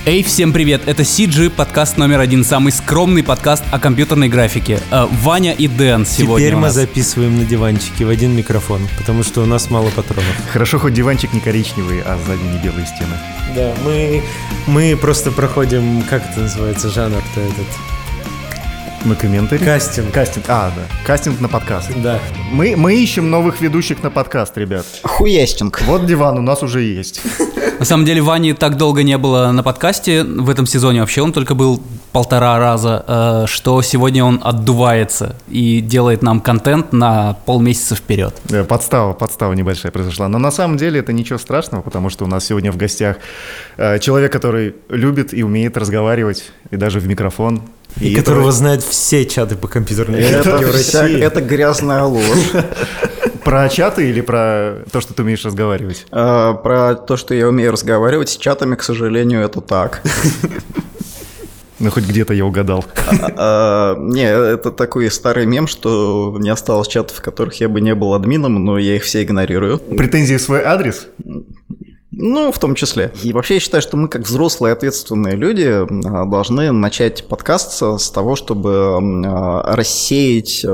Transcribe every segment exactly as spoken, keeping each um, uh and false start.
Эй, всем привет, это си джи, подкаст номер один, самый скромный подкаст о компьютерной графике. Э, Ваня и Дэн сегодня. Теперь у мы нас. записываем на диванчике в один микрофон, потому что у нас мало патронов. Хорошо, хоть диванчик не коричневый, а сзади не белые стены. Да, мы, мы просто проходим, как это называется, жанр-то этот? Мы комментарий? Кастинг. Кастинг, а, да. Кастинг на подкаст. Да. Мы, мы ищем новых ведущих на подкаст, ребят. Хуестинг. Вот диван у нас уже есть. На самом деле Вани так долго не было на подкасте в этом сезоне вообще, он только был полтора раза, что сегодня он отдувается и делает нам контент на полмесяца вперед. Да, подстава, подстава небольшая произошла. Но на самом деле это ничего страшного, потому что у нас сегодня в гостях человек, который любит и умеет разговаривать, и даже в микрофон. И, и которого это... знают все чаты по компьютерной графике в России. Это грязная ложь. Про чаты или про то, что ты умеешь разговаривать? А, про то, что я умею разговаривать с чатами, к сожалению, это так. Ну, хоть где-то я угадал. А, а, не, это такой старый мем, что не осталось чатов, в которых я бы не был админом, но я их все игнорирую. Претензии в свой адрес? Ну, в том числе. И вообще я считаю, что мы, как взрослые ответственные люди, должны начать подкаст с того, чтобы рассеять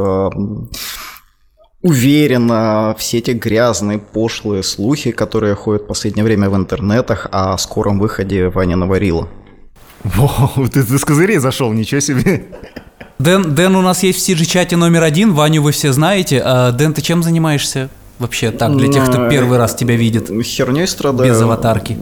уверенно все эти грязные, пошлые слухи, которые ходят в последнее время в интернетах о скором выходе Вани Наварила. О, ты, ты с козырей зашел, ничего себе. Дэн, Дэн у нас есть в си джи-чате номер один, Ваню вы все знаете. А, Дэн, ты чем занимаешься? Вообще так, для тех, кто первый раз тебя видит. Херней страдаю. Без аватарки.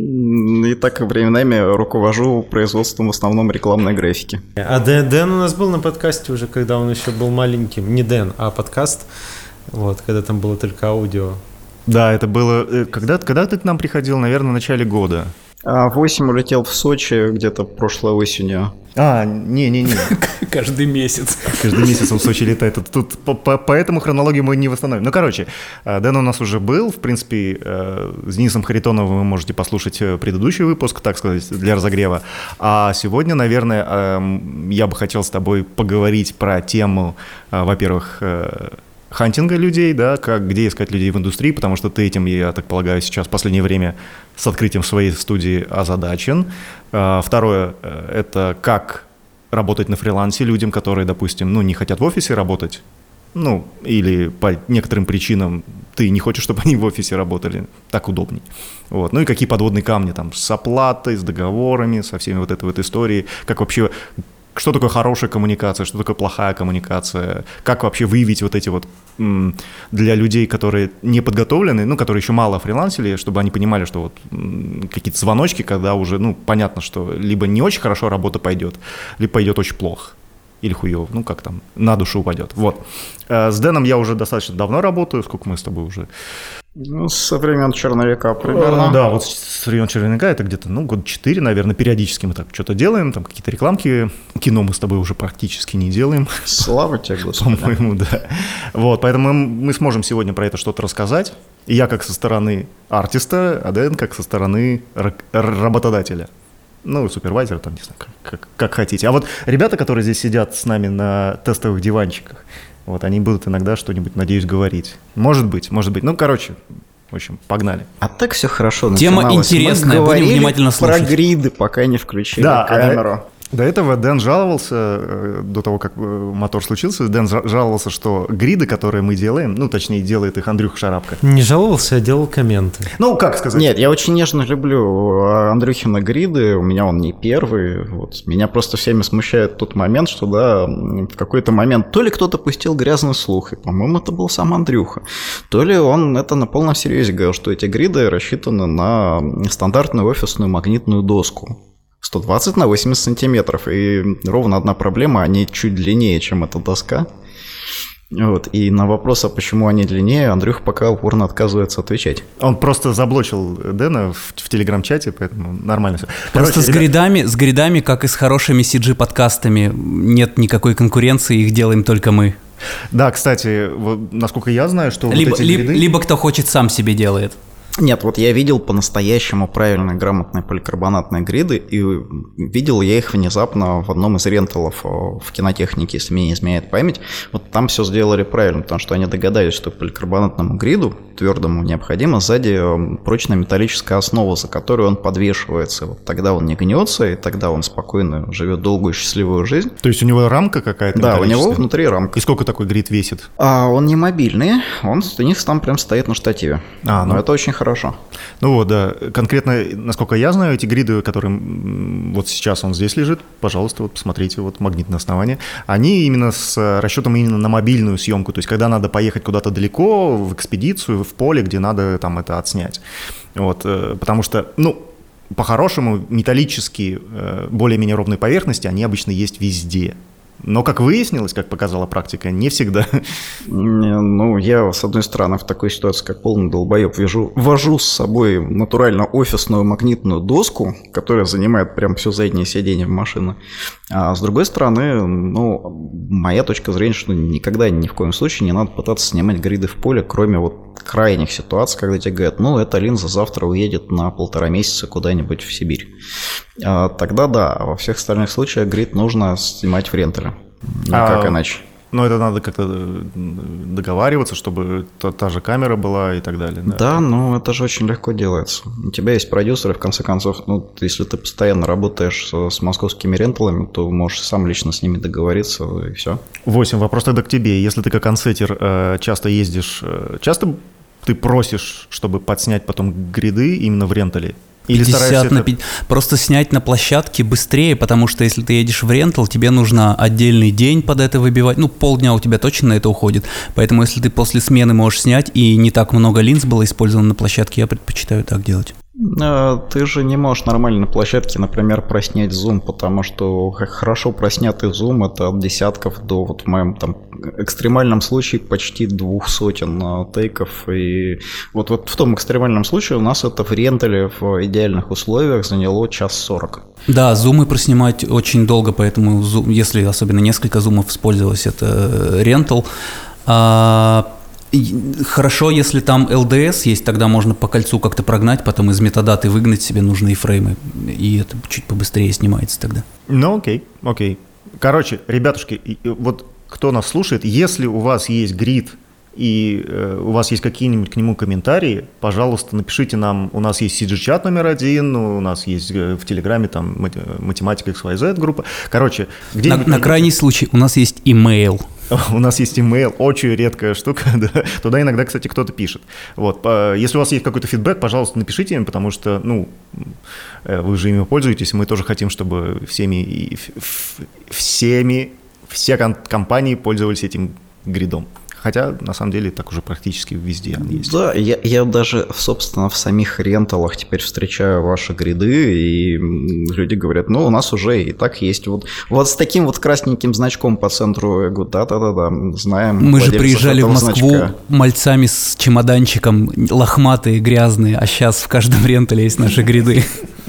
И так временами руковожу производством в основном рекламной графики. А Дэн, Дэн у нас был на подкасте уже, когда он еще был маленьким. Не Дэн, а подкаст. Вот, когда там было только аудио. Да, это было... Когда, когда ты к нам приходил? Наверное, в начале года. А восемь улетел в Сочи где-то прошлой осенью. А, не-не-не. Каждый месяц. Каждый месяц он в Сочи летает. Тут, тут по, по, по этому хронологию мы не восстановим. Ну, короче, Дэн у нас уже был. В принципе, с Денисом Харитоновым вы можете послушать предыдущий выпуск, так сказать, для разогрева. А сегодня, наверное, я бы хотел с тобой поговорить про тему, во-первых, хантинга людей, да, как, где искать людей в индустрии, потому что ты этим, я так полагаю, сейчас в последнее время с открытием своей студии озадачен. Второе, это как работать на фрилансе людям, которые, допустим, ну, не хотят в офисе работать, ну, или по некоторым причинам ты не хочешь, чтобы они в офисе работали, так удобней. Вот. Ну и какие подводные камни там с оплатой, с договорами, со всеми вот этой вот историей, как вообще... Что такое хорошая коммуникация, что такое плохая коммуникация, как вообще выявить вот эти вот м, для людей, которые не подготовлены, ну, которые еще мало фрилансили, чтобы они понимали, что вот м, какие-то звоночки, когда уже, ну, понятно, что либо не очень хорошо работа пойдет, либо пойдет очень плохо. Или хуёво, ну как там, на душу упадет. Вот. С Дэном я уже достаточно давно работаю. Сколько мы с тобой уже? Ну, со времен Черновика примерно. Да, вот с времен Черновика это где-то, ну, год четыре, наверное, периодически мы так что-то делаем, там какие-то рекламки. Кино мы с тобой уже практически не делаем. Слава тебе, Господи. По-моему, да. Вот, поэтому мы сможем сегодня про это что-то рассказать. И я как со стороны артиста, а Дэн как со стороны работодателя. Ну, супервайзер, там, не знаю, как, как, как хотите. А вот ребята, которые здесь сидят с нами на тестовых диванчиках, вот, они будут иногда что-нибудь, надеюсь, говорить. Может быть, может быть. Ну, короче, в общем, погнали. А так все хорошо Тема начиналось. интересная, будем внимательно слушать. Про гриды, пока не включили да, камеру. А... До этого Дэн жаловался, до того, как мотор случился, Дэн жаловался, что гриды, которые мы делаем, ну, точнее, делает их Андрюха Шарапко. Не жаловался, а делал комменты. Ну, как сказать? Нет, я очень нежно люблю Андрюхины гриды, у меня он не первый. Вот. Меня просто всеми смущает тот момент, что, да, в какой-то момент то ли кто-то пустил грязный слух, и, по-моему, это был сам Андрюха, то ли он это на полном серьезе говорил, что эти гриды рассчитаны на стандартную офисную магнитную доску. сто двадцать на восемьдесят сантиметров, и ровно одна проблема, они чуть длиннее, чем эта доска. Вот. И на вопрос, а почему они длиннее, Андрюха пока упорно отказывается отвечать. Он просто заблочил Дэна в, в телеграм-чате, поэтому нормально все. Просто Короче, с, ребят... гридами, с гридами, как и с хорошими си джи-подкастами, нет никакой конкуренции, их делаем только мы. Да, кстати, вот, насколько я знаю, что либо, вот эти либо, гриды... либо кто хочет, сам себе делает. Нет, вот я видел по-настоящему правильные, грамотные поликарбонатные гриды, и видел я их внезапно в одном из ренталов в кинотехнике, если мне не изменяет память. Вот там все сделали правильно, потому что они догадались, что поликарбонатному гриду, твердому, необходима сзади прочная металлическая основа, за которую он подвешивается. Вот тогда он не гнется, и тогда он спокойно живет долгую счастливую жизнь. То есть у него рамка какая-то? Да, у него внутри рамка. И сколько такой грид весит? А он не мобильный, он у них там прям стоит на штативе. А, ну. Но это очень хорошо. Хорошо. Ну вот, да. Конкретно, насколько я знаю, эти гриды, которые вот сейчас он здесь лежит, пожалуйста, вот посмотрите, вот магнитное основание, они именно с расчетом именно на мобильную съемку, то есть когда надо поехать куда-то далеко, в экспедицию, в поле, где надо там это отснять. Вот, потому что, ну, по-хорошему, металлические, более-менее ровные поверхности, они обычно есть везде. Но, как выяснилось, как показала практика, не всегда. Ну, я, с одной стороны, в такой ситуации, как полный долбоеб, вижу, вожу с собой натурально офисную магнитную доску, которая занимает прям все заднее сиденье в машине. А с другой стороны, ну, моя точка зрения, что никогда, ни в коем случае не надо пытаться снимать гриды в поле, кроме вот крайних ситуаций, когда тебе говорят, ну, эта линза завтра уедет на полтора месяца куда-нибудь в Сибирь. А, тогда да, а во всех остальных случаях грид нужно снимать в рентале. Никак а, иначе. Но это надо как-то договариваться, чтобы та, та же камера была и так далее. Да, да, но это же очень легко делается. У тебя есть продюсеры, в конце концов, ну, если ты постоянно работаешь с, с московскими ренталами, то можешь сам лично с ними договориться, и все. Восемь. Вопрос тогда к тебе. Если ты как ансеттер э, часто ездишь, э, часто ты просишь, чтобы подснять потом гриды именно в рентале? Или пятьдесят на пятьдесят. Это... Просто снять на площадке быстрее, потому что если ты едешь в рентал, тебе нужно отдельный день под это выбивать. Ну, полдня у тебя точно на это уходит. Поэтому если ты после смены можешь снять, и не так много линз было использовано на площадке, я предпочитаю так делать. Ты же не можешь нормально на площадке, например, проснять зум, потому что хорошо проснятый зум — это от десятков до, вот в моем там экстремальном случае, почти двух сотен тейков. И вот, вот в том экстремальном случае у нас это в рентале в идеальных условиях заняло час сорок. Да, зумы проснимать очень долго, поэтому зум, если особенно несколько зумов использовалось, это рентал. А... Хорошо, если там эл ди эс есть, тогда можно по кольцу как-то прогнать, потом из метадаты выгнать себе нужные фреймы, и это чуть побыстрее снимается тогда. Ну окей, окей. Короче, ребятушки, вот кто нас слушает, если у вас есть грид и э, у вас есть какие-нибудь к нему комментарии, пожалуйста, напишите нам. У нас есть си джи-чат номер один, у нас есть в Телеграме там математика икс вай зет группа. Короче, где-нибудь... На, на крайний случай у нас есть имейл. У нас есть имейл, очень редкая штука, да. Туда иногда, кстати, кто-то пишет. Вот. Если у вас есть какой-то фидбэк, пожалуйста, напишите им, потому что, ну, вы же ими пользуетесь, мы тоже хотим, чтобы всеми, всеми, все компании пользовались этим гридом. Хотя, на самом деле, так уже практически везде он есть. Да, я, я даже, собственно, в самих ренталах теперь встречаю ваши гриды, и люди говорят, ну, у нас уже и так есть. Вот, вот с таким вот красненьким значком по центру. Я говорю, да-да-да, знаем. Мы же приезжали в Москву значка. Мальцами с чемоданчиком, лохматые, грязные, а сейчас в каждом рентале есть наши гриды.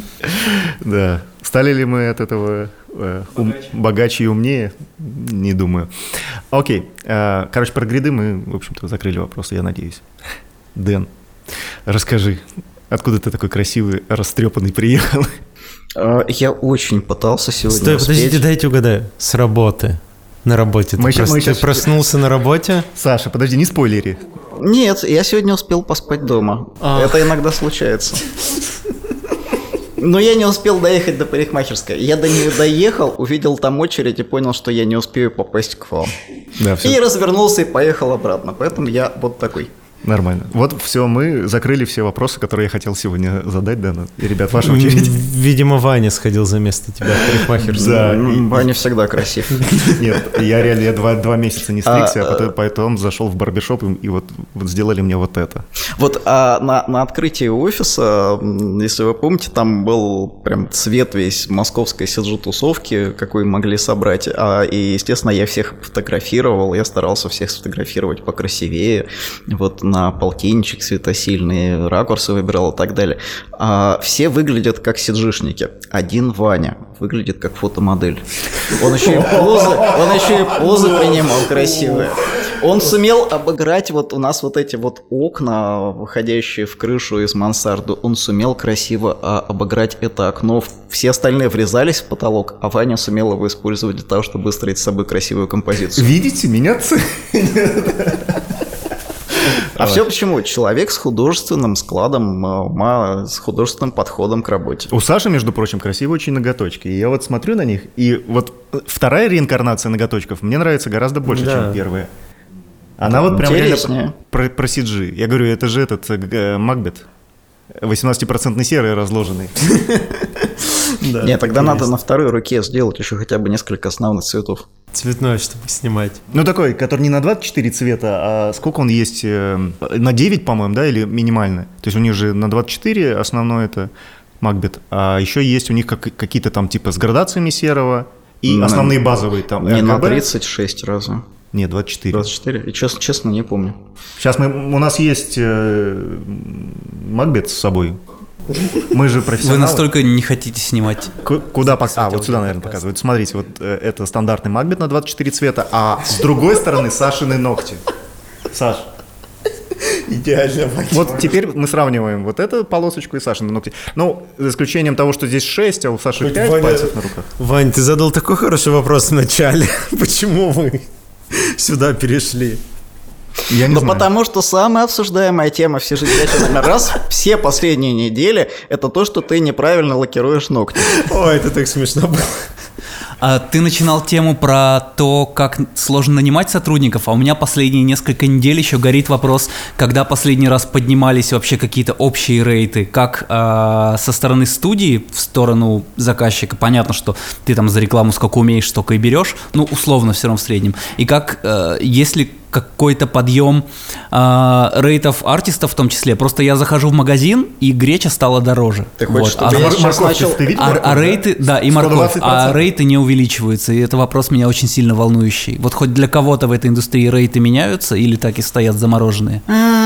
Да. Стали ли мы от этого э, ум, богаче и умнее? Не думаю. Окей. Э, короче, про гриды мы, в общем-то, закрыли вопрос, я надеюсь. Дэн, расскажи, откуда ты такой красивый, растрепанный приехал? Я очень пытался сегодня Стой, успеть. подождите, дайте угадаю. С работы. На работе. Ты, мы прос... мы ты сейчас... проснулся на работе? Саша, подожди, не спойлери. Нет, я сегодня успел поспать дома. Ах. Это иногда случается. Но я не успел доехать до парикмахерской. Я до нее доехал, увидел там очередь и понял, что я не успею попасть к вам. Да, и развернулся и поехал обратно. Поэтому я вот такой. Нормально. Вот все, мы закрыли все вопросы, которые я хотел сегодня задать, да. И, ребят, ваша очередь. Видимо, Ваня сходил за место тебя в парикмахерскую. Да, Ваня всегда красив. Нет, я реально я два, два месяца не стригся, а, а потом, потом зашел в барбершоп, и, и вот, вот сделали мне вот это. Вот а на, на открытии офиса, если вы помните, там был прям цвет весь московской си джи-тусовки, какой могли собрать. А, и, естественно, я всех фотографировал, я старался всех сфотографировать покрасивее. Вот на полтинничек светосильные, ракурсы выбирал и так далее. А все выглядят как си джи-шники. Один Ваня выглядит как фотомодель. Он еще и позы, он еще и позы принимал красивые. Он сумел обыграть вот у нас вот эти вот окна, выходящие в крышу из мансарды. Он сумел красиво а, обыграть это окно. Все остальные врезались в потолок, а Ваня сумел его использовать для того, чтобы выстроить с собой красивую композицию. Видите, меня ценят. А все почему? Человек с художественным складом ума, с художественным подходом к работе. У Саши, между прочим, красивые очень ноготочки. И я вот смотрю на них, и вот вторая реинкарнация ноготочков мне нравится гораздо больше, Да. чем первая. Она вот прям реально Интереснее. про, про си джи. Я говорю, это же этот э, Макбет. восемнадцатипроцентный серый разложенный. Да, Нет, тогда так и надо есть. на второй руке сделать еще хотя бы несколько основных цветов. Цветной, чтобы снимать. Ну, такой, который не на двадцать четыре цвета, а сколько он есть? э, На девять, по-моему, да, или минимально? То есть у них же на двадцать четыре основной это Макбет, а еще есть у них как, какие-то там типа с градациями серого и На- основные базовые там. Не на эр джи би. тридцать шесть разве? Нет, двадцать четыре. двадцать четыре? И честно, честно не помню. Сейчас мы, у нас есть э, Макбет с собой. Мы же профессионалы. Вы настолько не хотите снимать. К- Куда пок- Кстати, А, вот сюда, аудиоподкаст. наверное, показывают. Смотрите, вот э, это стандартный Макбет на двадцать четыре цвета, а с другой стороны Сашины ногти. Саш, Идеально, вот теперь мы сравниваем вот эту полосочку и Сашины ногти. Ну, за исключением того, что здесь шесть, а у Саши Хоть пять Ваня- пальцев на руках. Вань, ты задал такой хороший вопрос в начале. Почему вы сюда перешли? Я не Ну, знаю. потому что самая обсуждаемая тема в сижидяте номер раз все последние недели – это то, что ты неправильно лакируешь ногти. Ой, это так смешно было. А ты начинал тему про то, как сложно нанимать сотрудников, а у меня последние несколько недель еще горит вопрос, когда последний раз поднимались вообще какие-то общие рейты, как а, со стороны студии в сторону заказчика, понятно, что ты там за рекламу сколько умеешь, столько и берешь, ну, условно все равно в среднем, и как, а, если какой-то подъем а, рейтов артистов в том числе, просто я захожу в магазин, и греча стала дороже. Ты хочешь, Вот. чтобы А- я сейчас морковь начал... ты видел? а, морковь, а да? рейты, да, и сто морковь, двадцать а процентов. рейты не увеличиваются, и это вопрос меня очень сильно волнующий. Вот хоть для кого-то в этой индустрии рейты меняются или так и стоят замороженные?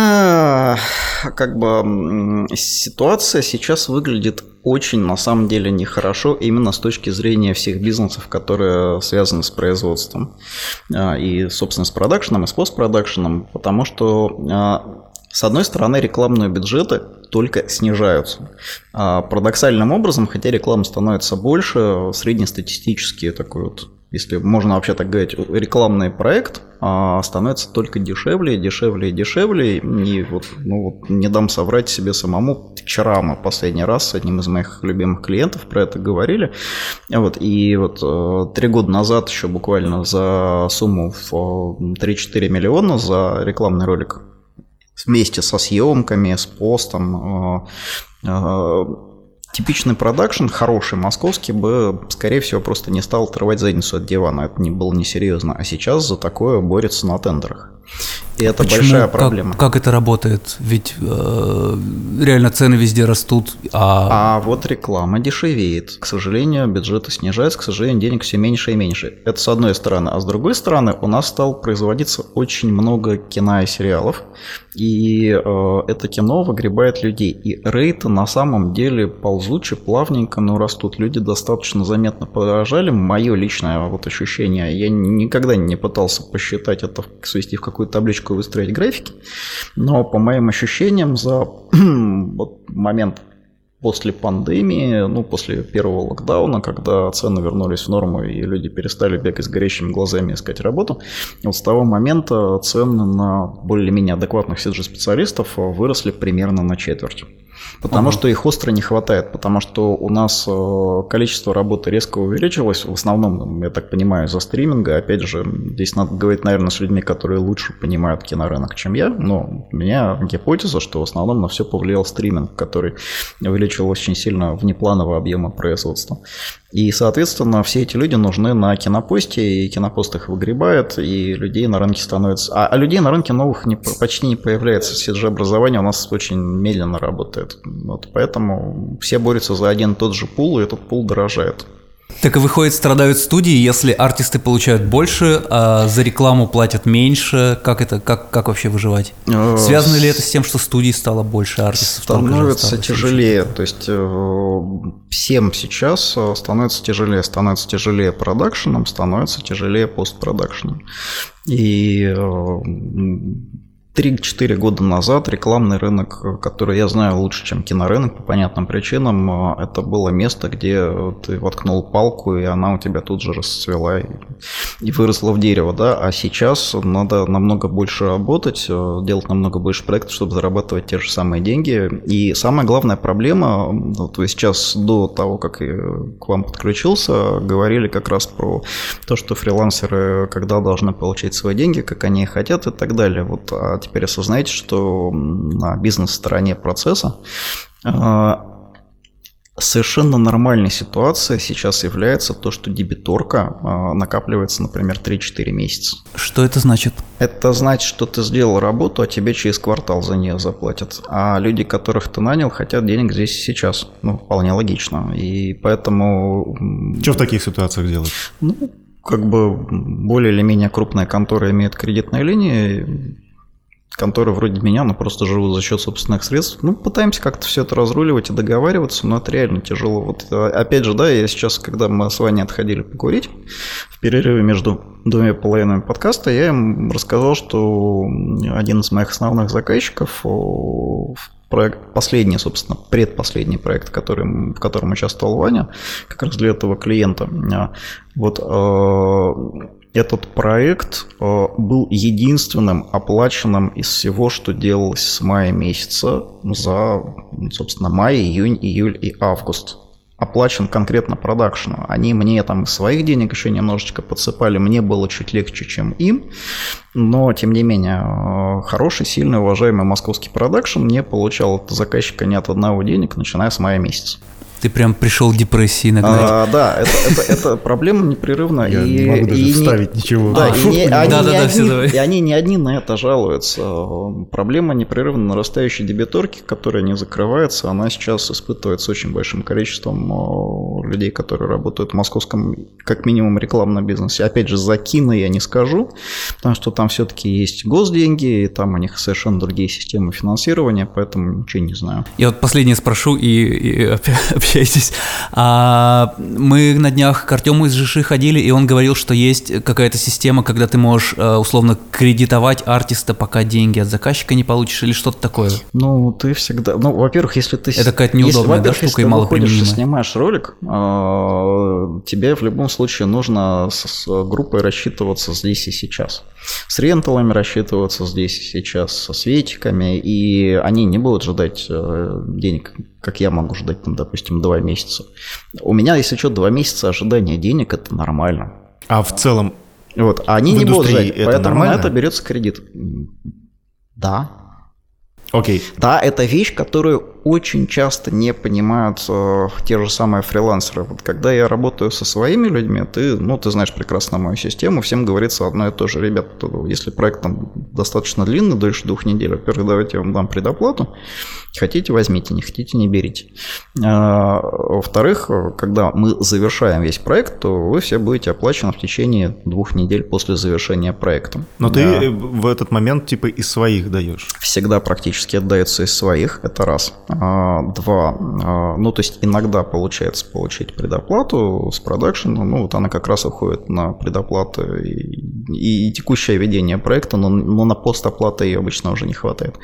А, Как бы м, ситуация сейчас выглядит очень, на самом деле, нехорошо именно с точки зрения всех бизнесов, которые связаны с производством а, и, собственно, с продакшеном и с постпродакшеном, потому что, а, с одной стороны, рекламные бюджеты только снижаются. А парадоксальным образом, хотя реклама становится больше, среднестатистический такой вот, если можно вообще так говорить, рекламный проект а, становится только дешевле, дешевле и дешевле. И вот, ну вот не дам соврать себе самому. Вчера мы последний раз с одним из моих любимых клиентов про это говорили. Вот, и вот э, три года назад еще буквально за сумму в три-четыре миллиона за рекламный ролик вместе со съемками, с постом, э, э, типичный продакшн, хороший московский, бы, скорее всего, просто не стал отрывать задницу от дивана. Это не было несерьезно. А сейчас за такое борется на тендерах. И это Почему? большая Как- проблема. Как, это работает? Ведь э, реально цены везде растут, а... А вот реклама дешевеет. К сожалению, бюджеты снижаются, к сожалению, денег все меньше и меньше. Это с одной стороны. А с другой стороны, у нас стало производиться очень много кино и сериалов. И э, это кино выгребает людей. И рейты на самом деле ползуче, плавненько, но растут. Люди достаточно заметно подорожали. Мое личное вот ощущение, я никогда не пытался посчитать это, свести в какую-то табличку и выстроить графики. Но по моим ощущениям, за вот момент после пандемии, ну, после первого локдауна, когда цены вернулись в норму и люди перестали бегать с горящими глазами искать работу, вот с того момента цены на более-менее адекватных си джи-специалистов выросли примерно на четверть. Потому Ага. что их остро не хватает, потому что у нас э, количество работы резко увеличилось, в основном, я так понимаю, из-за стриминга. Опять же, здесь надо говорить, наверное, с людьми, которые лучше понимают кинорынок, чем я, но у меня гипотеза, что в основном на все повлиял стриминг, который увеличил очень сильно внеплановый объем производства. И, соответственно, все эти люди нужны на кинопосте, и кинопост их выгребает, и людей на рынке становится... А, а людей на рынке новых не, почти не появляется. си джи-образование у нас очень медленно работает. Вот, поэтому все борются за один и тот же пул, и этот пул дорожает. Так и выходит, страдают студии, если артисты получают больше, а за рекламу платят меньше. Как это, как, как вообще выживать? Связано ли это с тем, что студий стало больше, артистов становится тяжелее. То есть всем сейчас становится тяжелее, становится тяжелее продакшеном, становится тяжелее постпродакшеном. И три-четыре года назад рекламный рынок, который я знаю лучше, чем кинорынок, по понятным причинам, это было место, где ты воткнул палку, и она у тебя тут же расцвела и, и выросла в дерево. Да? А сейчас надо намного больше работать, делать намного больше проектов, чтобы зарабатывать те же самые деньги. И самая главная проблема, вот вы сейчас до того, как я к вам подключился, говорили как раз про то, что фрилансеры когда должны получать свои деньги, как они хотят и так далее. Вот, а теперь осознаете, что на бизнес-стороне процесса совершенно нормальной ситуацией сейчас является то, что дебиторка накапливается, например, три-четыре месяца. Что это значит? Это значит, что ты сделал работу, а тебе через квартал за нее заплатят. А люди, которых ты нанял, хотят денег здесь и сейчас. Ну, вполне логично. И поэтому... Что в таких ситуациях делать? Ну, как бы более или менее крупная контора имеет кредитные линии, конторы вроде меня, но просто живут за счет собственных средств. Ну, пытаемся как-то все это разруливать и договариваться, но это реально тяжело. Вот опять же, да, я сейчас, когда мы с Ваней отходили покурить, в перерыве между двумя половинами подкаста, я им рассказал, что один из моих основных заказчиков, проект, последний, собственно, предпоследний проект, который, в котором участвовал Ваня, как раз для этого клиента, вот этот проект был единственным оплаченным из всего, что делалось с мая месяца за, собственно, май, июнь, июль и август. Оплачен конкретно продакшену. Они мне там из своих денег еще немножечко подсыпали, мне было чуть легче, чем им, но, тем не менее, хороший, сильный, уважаемый московский продакшн не получал от заказчика ни от одного денег, начиная с мая месяца. Ты прям пришел в депрессии нагнать. А, да, это, это, это проблема непрерывная. Я и, не могу даже и вставить не, ничего. Да, а, и не, они, да, не да, одни, да, и они не одни на это жалуются. Проблема непрерывно нарастающей дебиторки, которая не закрывается, она сейчас испытывается очень большим количеством людей, которые работают в московском, как минимум, рекламном бизнесе. Опять же, за кино я не скажу, потому что там все-таки есть госденьги, и там у них совершенно другие системы финансирования, поэтому ничего не знаю. Я вот последнее спрошу, и, и общайтесь. А мы на днях к Артему из Жиши ходили, и он говорил, что есть какая-то система, когда ты можешь условно кредитовать артиста, пока деньги от заказчика не получишь, или что-то такое. Ну, ты всегда... Ну, во-первых, если ты... Это какая-то неудобная, если, да, штука и мало применимая. Если ты снимаешь ролик, тебе в любом случае нужно с группой рассчитываться здесь и сейчас. С ренталами рассчитываться здесь и сейчас, со светиками, и они не будут ждать денег, как я могу ждать, там, допустим, два месяца. У меня, если что, два месяца ожидания денег – это нормально. А в целом вот, они в не будут ждать, это поэтому нормально? на это берется кредит. Да. Окей. Да, это вещь, которую очень часто не понимают э, те же самые фрилансеры. Вот когда я работаю со своими людьми, ты, ну, ты знаешь прекрасно мою систему, всем говорится одно и то же. Ребята, если проект там достаточно длинный, дольше двух недель, во-первых, давайте я вам дам предоплату. Хотите, возьмите, не хотите, не берите. А, во-вторых, когда мы завершаем весь проект, то вы все будете оплачены в течение двух недель после завершения проекта. Но а, ты в этот момент типа из своих даешь? Всегда практически отдается из своих, это раз. Два, ну то есть иногда получается получить предоплату с продакшена, ну вот она как раз уходит на предоплату и, и текущее ведение проекта, но, но на постоплаты ее обычно уже не хватает.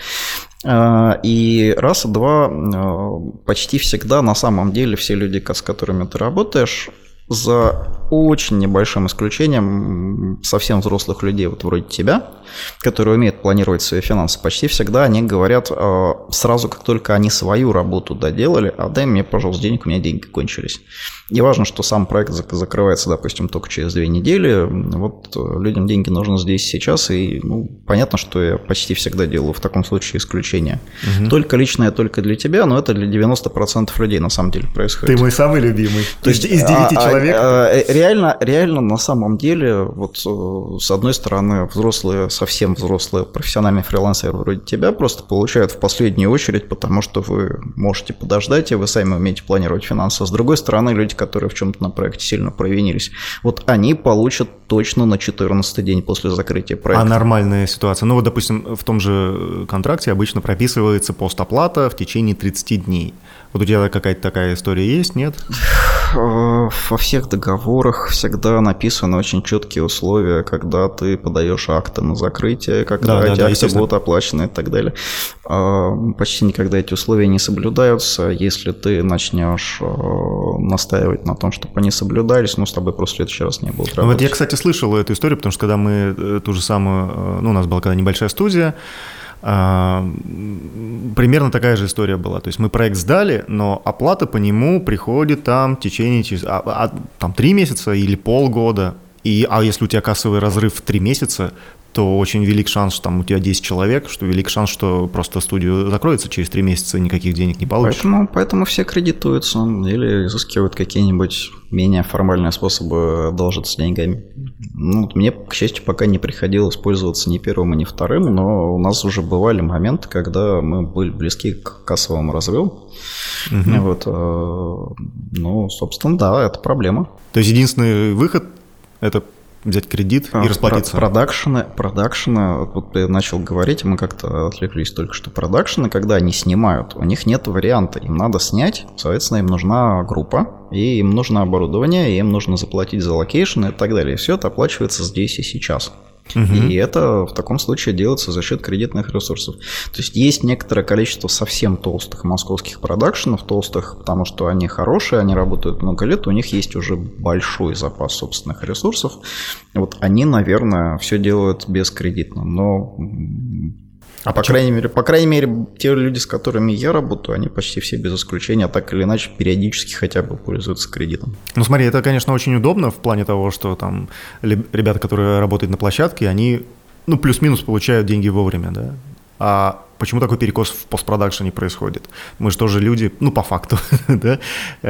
И раз, и два, почти всегда на самом деле все люди, с которыми ты работаешь, за очень небольшим исключением совсем взрослых людей, вот вроде тебя, которые умеют планировать свои финансы, почти всегда они говорят сразу, как только они свою работу доделали: а дай мне, пожалуйста, денег, у меня деньги кончились. Не важно, что сам проект закрывается, допустим, только через две недели, вот людям деньги нужны здесь сейчас, и ну, понятно, что я почти всегда делаю в таком случае исключение. Угу. Только личное, только для тебя, но это для девяноста процентов людей на самом деле происходит. Ты мой самый любимый. То есть из девяти а, человек, человек. Реально, реально, на самом деле, вот с одной стороны, взрослые, совсем взрослые профессиональные фрилансеры вроде тебя просто получают в последнюю очередь, потому что вы можете подождать, и вы сами умеете планировать финансы. А с другой стороны, люди, которые в чем-то на проекте сильно провинились, вот они получат точно на четырнадцатый день после закрытия проекта. А нормальная ситуация? Ну вот, допустим, в том же контракте обычно прописывается постоплата в течение тридцати дней. Вот у тебя какая-то такая история есть, нет? Во всех договорах всегда написаны очень четкие условия, когда ты подаешь акты на закрытие, когда да, эти да, акты да, будут оплачены и так далее. Почти никогда эти условия не соблюдаются. Если ты начнешь настаивать на том, чтобы они соблюдались, ну, с тобой просто в следующий раз не будут работать. Вот я, кстати, слышал эту историю, потому что когда мы ту же самую, ну, у нас была когда небольшая студия, примерно такая же история была. То есть мы проект сдали, но оплата по нему приходит там в течение а, а, там, три месяца или полгода. И, а если у тебя кассовый разрыв в три месяца, то очень велик шанс, что там у тебя десять человек, что велик шанс, что просто студию закроется через три месяца и никаких денег не получишь. Поэтому, поэтому все кредитуются или изыскивают какие-нибудь менее формальные способы одолжиться деньгами. Ну, мне, к счастью, пока не приходилось пользоваться ни первым, ни вторым, но у нас уже бывали моменты, когда мы были близки к кассовому разрыву. Угу. Вот, ну, собственно, да, это проблема. То есть единственный выход – это взять кредит и расплатиться. Продакшены, продакшены, вот я начал говорить, мы как-то отвлеклись только что. Продакшены, когда они снимают, у них нет варианта, им надо снять, соответственно, им нужна группа, и им нужно оборудование, и им нужно заплатить за локейшн и так далее. И все это оплачивается здесь и сейчас. Угу. И это в таком случае делается за счет кредитных ресурсов. То есть есть некоторое количество совсем толстых московских продакшенов, толстых, потому что они хорошие, они работают много лет, у них есть уже большой запас собственных ресурсов. Вот они, наверное, все делают бескредитно, но... А по крайней мере, по крайней мере, те люди, с которыми я работаю, они почти все без исключения, так или иначе, периодически хотя бы пользуются кредитом. Ну смотри, это, конечно, очень удобно в плане того, что там ребята, которые работают на площадке, они, ну, плюс-минус получают деньги вовремя, да? А почему такой перекос в постпродакшене происходит? Мы же тоже люди, ну, по факту, да?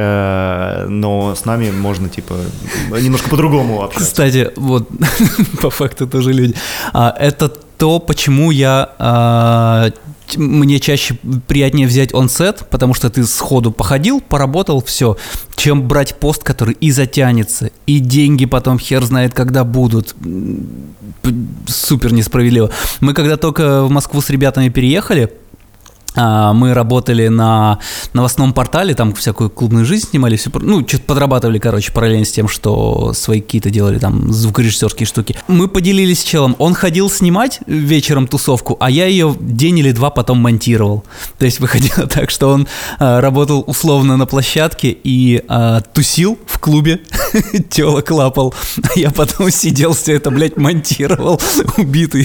Но с нами можно, типа, немножко по-другому общаться. Кстати, вот, по факту тоже люди. Это то, почему я... Мне чаще приятнее взять онсет, потому что ты сходу походил, поработал, все, чем брать пост, который и затянется, и деньги потом хер знает, когда будут. Супер несправедливо. Мы когда только в Москву с ребятами переехали, мы работали на новостном портале, там всякую клубную жизнь снимали, все, ну, что-то подрабатывали, короче, параллельно с тем, что свои какие-то делали там звукорежиссерские штуки. Мы поделились с челом, он ходил снимать вечером тусовку, а я ее день или два потом монтировал. То есть выходило так, что он а, работал условно на площадке и а, тусил в клубе, телок лапал, а я потом сидел, все это, блядь, монтировал, убитый.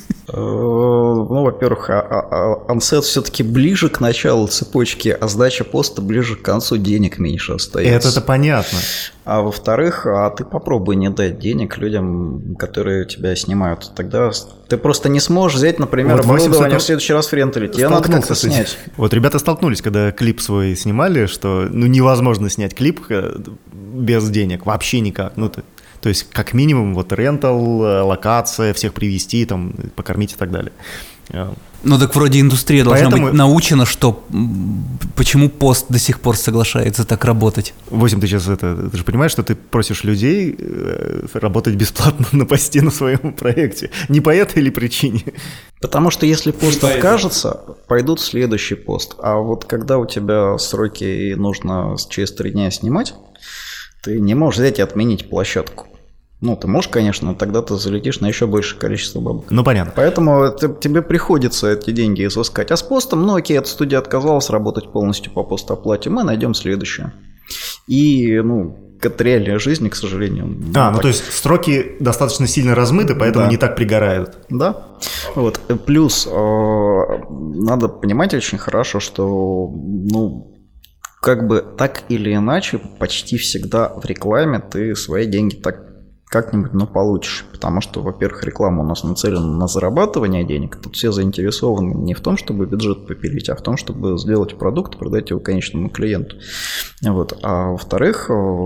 Ну, во-первых, ансет все-таки ближе к началу цепочки, а сдача поста ближе к концу, денег меньше остается. Это-то понятно. А во-вторых, а ты попробуй не дать денег людям, которые тебя снимают. Тогда ты просто не сможешь взять, например, вот оборудование в следующий раз в рентале. Тебе надо как-то снять. Вот ребята столкнулись, когда клип свой снимали, что ну невозможно снять клип без денег, вообще никак. Ну, ты... То есть, как минимум, вот рентал, локация, всех привезти, там, покормить и так далее. Ну так вроде индустрия должна Поэтому... быть научена, что почему пост до сих пор соглашается так работать. Восемь, ты сейчас это, ты же понимаешь, что ты просишь людей работать бесплатно на посте на своем проекте. Не по этой или причине? Потому что если пост откажется, пойдут в следующий пост. А вот когда у тебя сроки и нужно через три дня снимать, ты не можешь взять и отменить площадку. Ну, ты можешь, конечно, но тогда ты залетишь на еще большее количество бабок. Ну, понятно. Поэтому ты, тебе приходится эти деньги изыскать. А с постом, ну, окей, эта студия отказалась работать полностью по постоплате, мы найдем следующую. И, ну, это реальная жизнь, к сожалению. А, ну, так... то есть сроки достаточно сильно размыты, поэтому да. не так пригорают. Да. Вот. Плюс надо понимать очень хорошо, что, ну, как бы так или иначе, почти всегда в рекламе ты свои деньги так как-нибудь, но получишь. Потому что, во-первых, реклама у нас нацелена на зарабатывание денег. Тут все заинтересованы не в том, чтобы бюджет попилить, а в том, чтобы сделать продукт, продать его конечному клиенту. Вот. А во-вторых,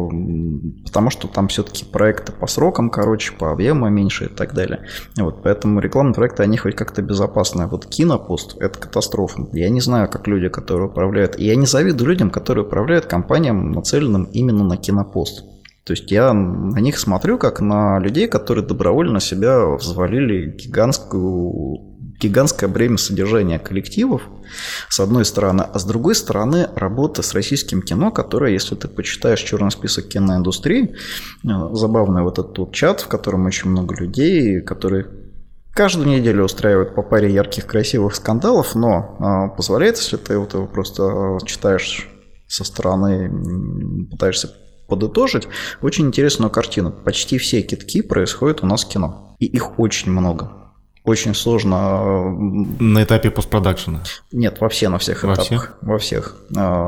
потому что там все-таки проекты по срокам короче, по объему меньше и так далее. Вот. Поэтому рекламные проекты, они хоть как-то безопасные. Вот Кинопост – это катастрофа. Я не знаю, как люди, которые управляют. И я не завидую людям, которые управляют компаниям, нацеленным именно на Кинопост. То есть я на них смотрю как на людей, которые добровольно себя взвалили гигантскую, гигантское бремя содержания коллективов, с одной стороны, а с другой стороны работа с российским кино, которое, если ты почитаешь черный список киноиндустрии, забавный вот этот вот чат, в котором очень много людей, которые каждую неделю устраивают по паре ярких, красивых скандалов, но позволяет, если ты вот его просто читаешь со стороны, пытаешься подытожить, очень интересную картину. Почти все китки происходят у нас в кино. И их очень много. Очень сложно... На этапе постпродакшена? Нет, вообще на всех во этапах. Всех? Во всех.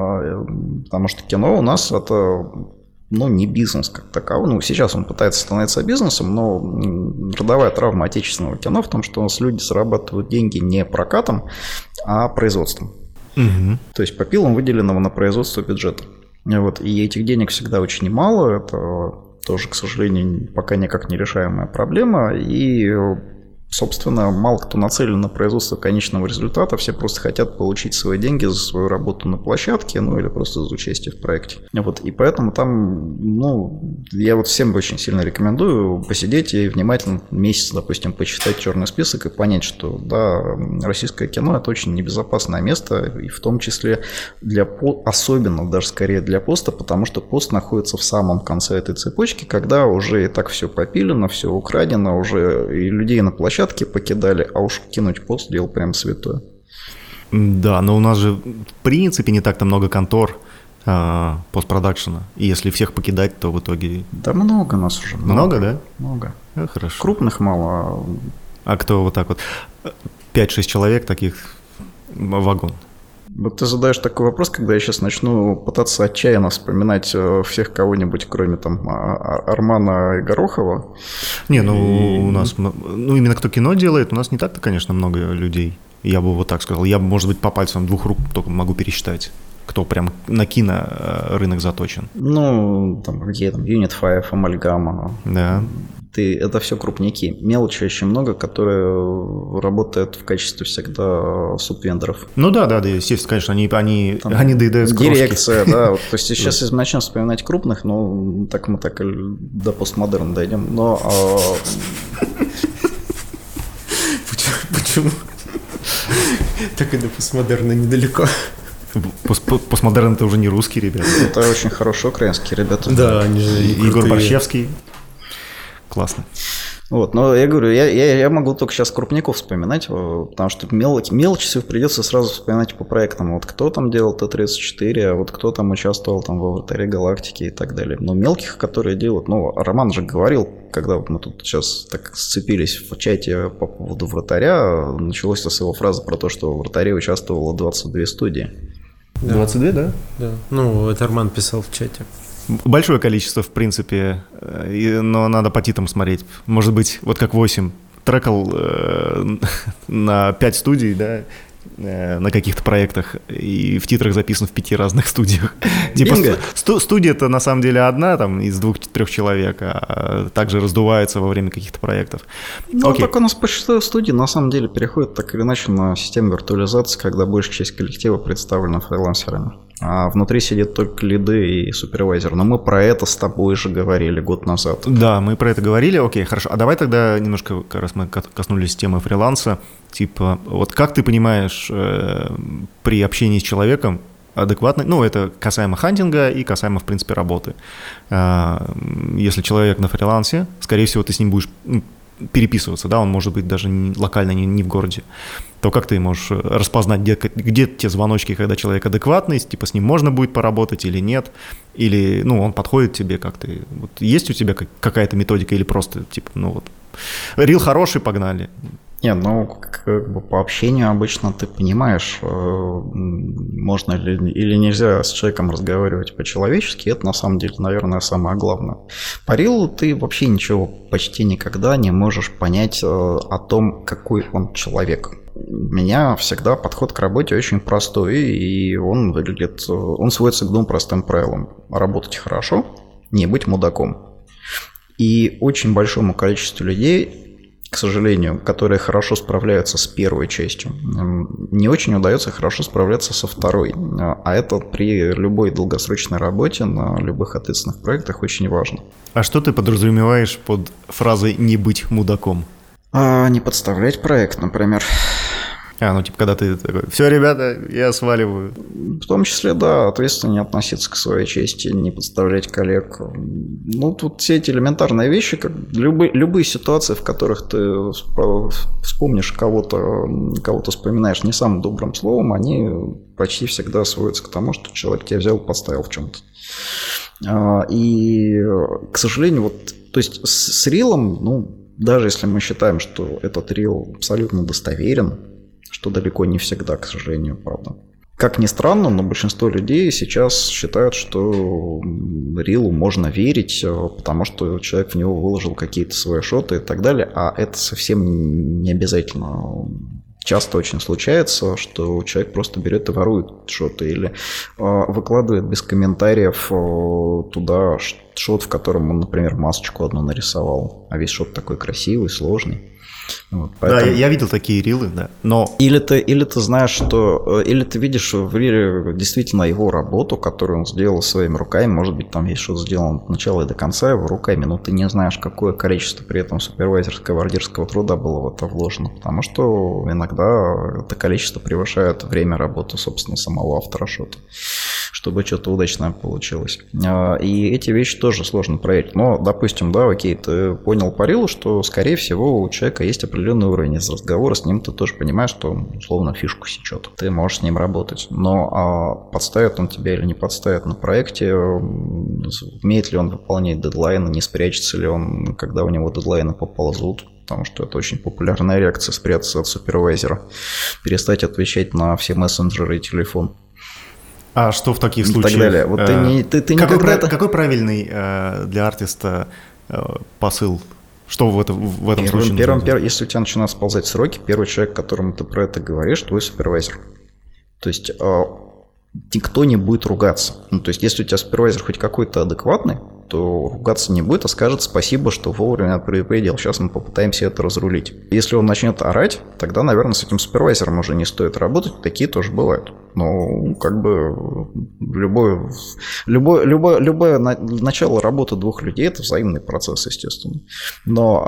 Потому что кино у нас это... Ну, не бизнес как таковой. Ну, сейчас он пытается становиться бизнесом, но родовая травма отечественного кино в том, что у нас люди зарабатывают деньги не прокатом, а производством. Угу. То есть попилом выделенного на производство бюджета. Вот, и этих денег всегда очень немало, это тоже, к сожалению, пока никак не решаемая проблема, и, собственно, мало кто нацелен на производство конечного результата, все просто хотят получить свои деньги за свою работу на площадке, ну или просто за участие в проекте. Вот, и поэтому там, ну, я вот всем очень сильно рекомендую посидеть и внимательно месяц, допустим, почитать черный список и понять, что, да, российское кино – это очень небезопасное место, и в том числе для, особенно даже скорее для поста, потому что пост находится в самом конце этой цепочки, когда уже и так все попилено, все украдено, уже и людей на площадке покидали, а уж кинуть пост дело прям святое. Да, но у нас же в принципе не так-то много контор а, постпродакшена. И если всех покидать, то в итоге... Да много нас уже. Много, много да? Много. А, хорошо. Крупных мало. А кто вот так вот? пять-шесть человек таких вагон. Вот ты задаешь такой вопрос, когда я сейчас начну пытаться отчаянно вспоминать всех кого-нибудь, кроме там Армана и Горохова. Не, ну и... у нас, ну именно кто кино делает, у нас не так-то, конечно, много людей. Я бы вот так сказал. Я, может быть, по пальцам двух рук только могу пересчитать, кто прям на кино рынок заточен. Ну, там какие там Unit пять, Амальгама. Да. Ты, это все крупники. Мелочи очень много, которые работают в качестве всегда субвендоров. Ну да, да, да, естественно, конечно, они, они, там, они доедают крошки. Дирекция, да. Вот, то есть сейчас, если начнем вспоминать крупных, ну, так мы так до постмодерна дойдем. Но... Почему? Так и до постмодерна недалеко. Постмодерн — это уже не русские ребята. Это очень хорошие украинские ребята. Да, они же Егор Борщевский. Классно. Вот, но я говорю, я, я, я могу только сейчас крупников вспоминать, потому что мелочи, мелочи придется сразу вспоминать по проектам. Вот кто там делал Т тридцать четыре, а вот кто там участвовал там во «Вратаре галактики» и так далее. Но мелких, которые делают, ну, Роман же говорил, когда вот мы тут сейчас так сцепились в чате по поводу «Вратаря», началось с его фразы про то, что в «Вратаре» участвовало двадцать две студии. Да. двадцать две, да? Да. Ну, это Арман писал в чате. Большое количество, в принципе, но надо по титрам смотреть. Может быть, вот как восемь трекал э, на пять студий, да, э, на каких-то проектах, и в титрах записан в пяти разных студиях. Типа сту- студия-то на самом деле одна, там, из двух-трех человек, а также раздувается во время каких-то проектов. Ну, так у нас большинство студий на самом деле переходит так или иначе на систему виртуализации, когда большая часть коллектива представлена фрилансерами. А внутри сидят только лиды и супервайзер. Но мы про это с тобой же говорили год назад. Да, мы про это говорили. Окей, хорошо. А давай тогда немножко, раз мы коснулись темы фриланса, типа, вот как ты понимаешь э, при общении с человеком адекватно, ну, это касаемо хантинга и касаемо, в принципе, работы. Э, если человек на фрилансе, скорее всего, ты с ним будешь переписываться, да, он может быть даже не, локально не, не в городе, то как ты можешь распознать, где, где те звоночки, когда человек адекватный, типа с ним можно будет поработать или нет, или, ну, он подходит тебе, как ты, вот есть у тебя какая-то методика или просто, типа, ну, вот, рил хороший, погнали. Не, ну, как бы по общению обычно ты понимаешь, можно ли или нельзя с человеком разговаривать по-человечески, это на самом деле, наверное, самое главное. По рилу ты вообще ничего почти никогда не можешь понять о том, какой он человек. У меня всегда подход к работе очень простой, и он выглядит, он сводится к двум простым правилам. Работать хорошо, не быть мудаком. И очень большому количеству людей, к сожалению, которые хорошо справляются с первой частью, не очень удается хорошо справляться со второй. А это при любой долгосрочной работе на любых ответственных проектах очень важно. А что ты подразумеваешь под фразой «не быть мудаком»? А, не подставлять проект, например. А, ну типа когда ты такой, все, ребята, я сваливаю. В том числе, да, ответственно не относиться к своей чести, не подставлять коллег. Ну, тут все эти элементарные вещи, как любые, любые ситуации, в которых ты вспомнишь кого-то, кого-то вспоминаешь не самым добрым словом, они почти всегда сводятся к тому, что человек тебя взял, подставил в чем-то. И, к сожалению, вот, то есть с, с рилом, ну, даже если мы считаем, что этот рил абсолютно достоверен, что далеко не всегда, к сожалению, правда. Как ни странно, но большинство людей сейчас считают, что рилу можно верить, потому что человек в него выложил какие-то свои шоты и так далее, а это совсем не обязательно. Часто очень случается, что человек просто берет и ворует шоты или выкладывает без комментариев туда шот, в котором он, например, масочку одну нарисовал, а весь шот такой красивый, сложный. Вот, поэтому... Да, я, я видел такие рилы, да, но... Или ты, или ты знаешь, что... Или ты видишь в риле действительно его работу, которую он сделал своими руками, может быть, там есть что-то сделано от начала и до конца его руками, но ты не знаешь, какое количество при этом супервайзерского, вардирского труда было в это вложено, потому что иногда это количество превышает время работы, собственно, самого автора шота, чтобы что-то удачное получилось. И эти вещи тоже сложно проверить. Но, допустим, да, окей, ты понял по рилу, что, скорее всего, у человека есть определенный уровень. Из разговора с ним ты тоже понимаешь, что он, условно, фишку сечет. Ты можешь с ним работать. Но а подставит он тебя или не подставит на проекте, умеет ли он выполнять дедлайны, не спрячется ли он, когда у него дедлайны поползут. Потому что это очень популярная реакция — спрятаться от супервайзера, перестать отвечать на все мессенджеры и телефон. А что в таких и случаях? Так далее. Вот ты не, ты, ты какой, никогда... про, какой правильный э, для артиста э, посыл? Что в, это, в этом первым, случае первым, нужно первым, Если у тебя начинают сползать сроки, первый человек, которому ты про это говоришь, твой супервайзер. То есть э, никто не будет ругаться. Ну, то есть если у тебя супервайзер хоть какой-то адекватный, то ругаться не будет, а скажет спасибо, что вовремя предупредил. Сейчас мы попытаемся это разрулить. Если он начнет орать, тогда, наверное, с этим супервайзером уже не стоит работать. Такие тоже бывают. Но как бы любое, любое, любое, любое начало работы двух людей – это взаимный процесс, естественно. Но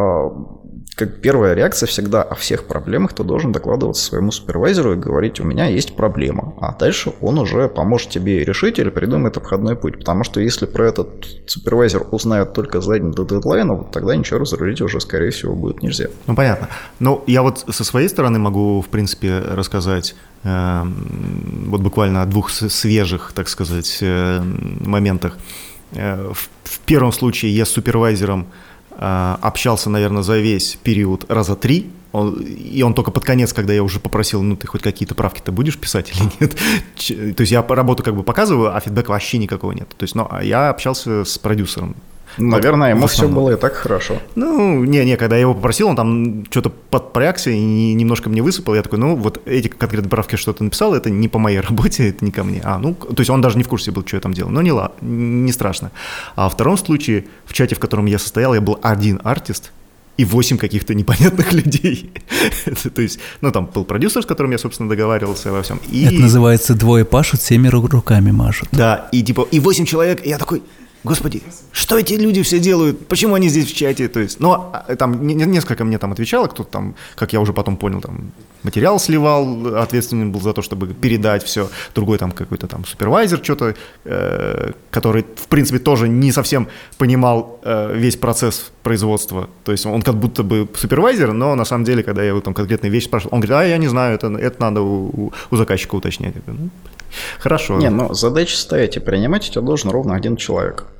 а, как первая реакция всегда о всех проблемах ты должен докладываться своему супервайзеру и говорить: у меня есть проблема. А дальше он уже поможет тебе решить или придумает обходной путь. Потому что если про этот супервайзер узнает только за день до дедлайна, вот тогда ничего разрулить уже, скорее всего, будет нельзя. Ну, понятно. Ну, я вот со своей стороны могу, в принципе, рассказать э, вот буквально о двух свежих, так сказать, э, моментах. Э, в, в первом случае я с супервайзером э, общался, наверное, за весь период раза три. Он, и он только под конец, когда я уже попросил, ну, ты хоть какие-то правки-то будешь писать или нет? То есть я работу как бы показываю, а фидбэка вообще никакого нет. То есть, ну, я общался с продюсером. Наверное, ему все было и так хорошо. Ну, не-не, когда я его попросил, он там что-то подпрягся и немножко мне высыпал. Я такой, ну, вот эти конкретные правки, что ты написал, это не по моей работе, это не ко мне. А, ну, то есть он даже не в курсе был, что я там делал. Но не, ла, не страшно. А во втором случае, в чате, в котором я состоял, я был один артист и восемь каких-то непонятных людей. То есть, ну, там был продюсер, с которым я, собственно, договаривался во всем. И... Это называется «двое пашут, семеро руками машут». Да, и типа, и восемь человек, и я такой... Господи, что эти люди все делают? Почему они здесь в чате? То есть, ну, там несколько мне там отвечало, кто-то там, как я уже потом понял, там материал сливал, ответственный был за то, чтобы передать все. Другой там какой-то там супервайзер что-то, э, который, в принципе, тоже не совсем понимал э, весь процесс производства. То есть он как будто бы супервайзер, но на самом деле, когда я его там конкретные вещи спрашивал, он говорит: а я не знаю, это, это надо у, у заказчика уточнять. Я говорю, ну, хорошо. Не, но задачи ставить и принимать у тебя должен ровно один человек.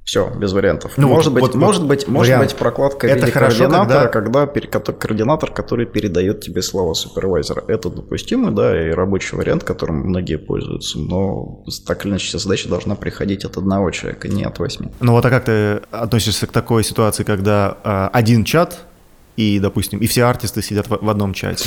Все, без вариантов. Ну, может вот, быть, вот, может вот быть, может вариант. быть прокладка в Это виде хорошо, координатора, когда... когда координатор, который передает тебе слова супервайзера. Это допустимо, да, и рабочий вариант, которым многие пользуются. Но так или иначе, вся задача должна приходить от одного человека, не от восьми. Ну вот а как ты относишься к такой ситуации, когда э, один чат и, допустим, и все артисты сидят в, в одном чате?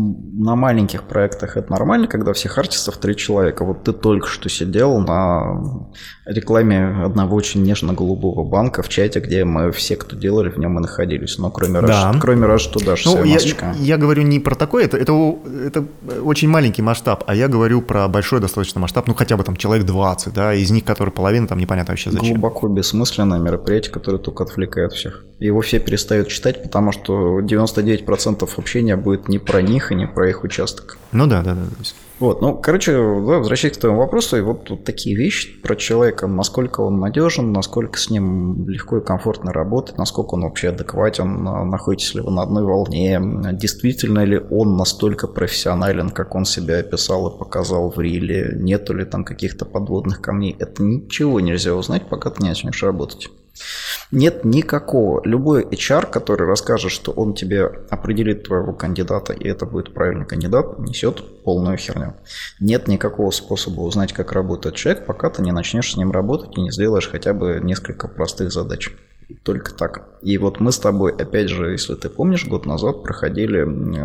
На маленьких проектах это нормально, когда всех артистов три человека. Вот ты только что сидел на рекламе одного очень нежно-голубого банка в чате, где мы все, кто делали, в нем и находились. Но кроме Да. Rush, кроме Rush, туда же Ну, я, я, я говорю не про такой, это, это, это очень маленький масштаб, а я говорю про большой достаточно масштаб, ну хотя бы там человек двадцать, да, из них, которые половина, там непонятно вообще зачем. Глубоко бессмысленное мероприятие, которое только отвлекает всех. Его все перестают читать, потому что девяносто девять процентов общения будет не про них и не про их участок. Ну да, да, да. Вот, ну, короче, да, возвращаясь к твоему вопросу, и вот, вот такие вещи про человека, насколько он надежен, насколько с ним легко и комфортно работать, насколько он вообще адекватен, находитесь ли вы на одной волне, действительно ли он настолько профессионален, как он себя описал и показал в риле, нету ли там каких-то подводных камней, это ничего нельзя узнать, пока ты не начнешь работать. Нет никакого. Любой эйч ар, который расскажет, что он тебе определит твоего кандидата, и это будет правильный кандидат, несет полную херню. Нет никакого способа узнать, как работает человек, пока ты не начнешь с ним работать и не сделаешь хотя бы несколько простых задач. Только так. И вот мы с тобой, опять же, если ты помнишь, год назад проходили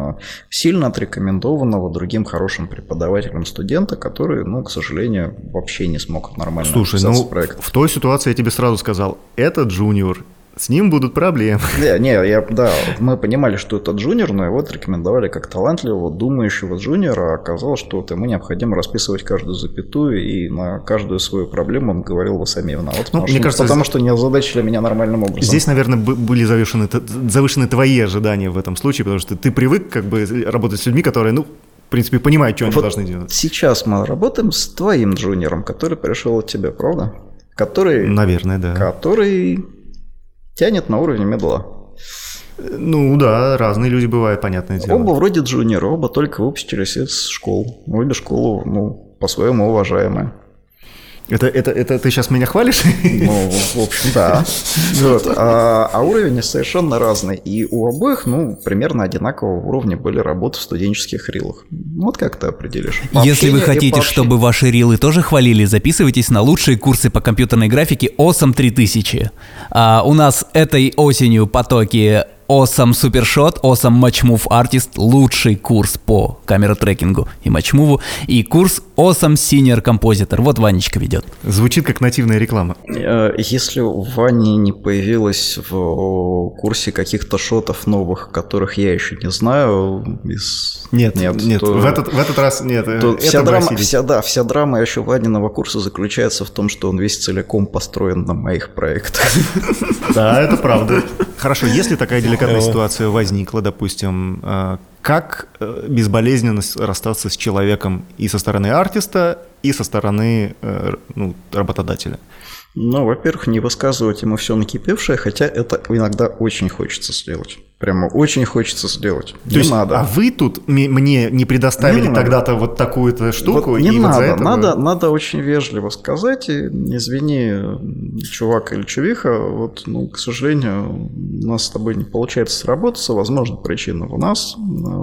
сильно отрекомендованного другим хорошим преподавателем студента, который, ну, к сожалению, вообще не смог нормально Слушай, вписаться ну, в проект. в той ситуации я тебе сразу сказал, это джуниор, с ним будут проблемы. Не, не, я, да, мы понимали, что это джуниор, но его отрекомендовали как талантливого, думающего джуниора, а оказалось, что вот ему необходимо расписывать каждую запятую, и на каждую свою проблему он говорил: вы сами виноваты. Ну, потому, мне что, кажется, потому что не озадачили меня нормальным образом. Здесь, наверное, были завышены, завышены твои ожидания в этом случае, потому что ты привык как бы работать с людьми, которые, ну, в принципе, понимают, что они вот должны делать. Сейчас мы работаем с твоим джуниором, который пришел от тебя, правда? Который, Наверное, да. Который тянет на уровень медла. Ну да, разные люди бывают, понятное дело. Оба вроде джуниора, оба только выпустились из школ. Обе школы, ну, по-своему уважаемые. Это, это, это ты сейчас меня хвалишь? Ну, в общем, да. Вот. А, а уровень совершенно разный. И у обоих, ну, примерно одинакового уровня были работы в студенческих рилах. Вот как ты определишь? Если вы хотите, чтобы ваши рилы тоже хвалили, записывайтесь на лучшие курсы по компьютерной графике Awesome три тысячи. А у нас этой осенью потоки Awesome Supershot, Awesome Matchmove Artist, лучший курс по камеротрекингу и матчмуву, и курс Awesome Senior Compositor. Вот Ванечка ведет. Звучит как нативная реклама. Если у Вани не появилось в курсе каких-то шотов новых, которых я еще не знаю, из... Нет, нет, нет то, в, этот, в этот раз нет. То вся, драма, вся, да, вся драма еще Ваниного курса заключается в том, что он весь целиком построен на моих проектах. Да, это правда. Хорошо, если такая деликатная ситуация возникла, допустим, как безболезненно расстаться с человеком и со стороны артиста, и со стороны, ну, работодателя? Ну, во-первых, не высказывать ему все накипевшее, хотя это иногда очень хочется сделать. Прямо очень хочется сделать. То не есть, надо. А вы тут мне не предоставили не тогда-то надо. Вот такую-то штуку? Вот не и надо, вот за это надо, вы... надо очень вежливо сказать, и, извини, чувак или чувиха, вот, ну, к сожалению, у нас с тобой не получается сработаться, возможно, причина в нас.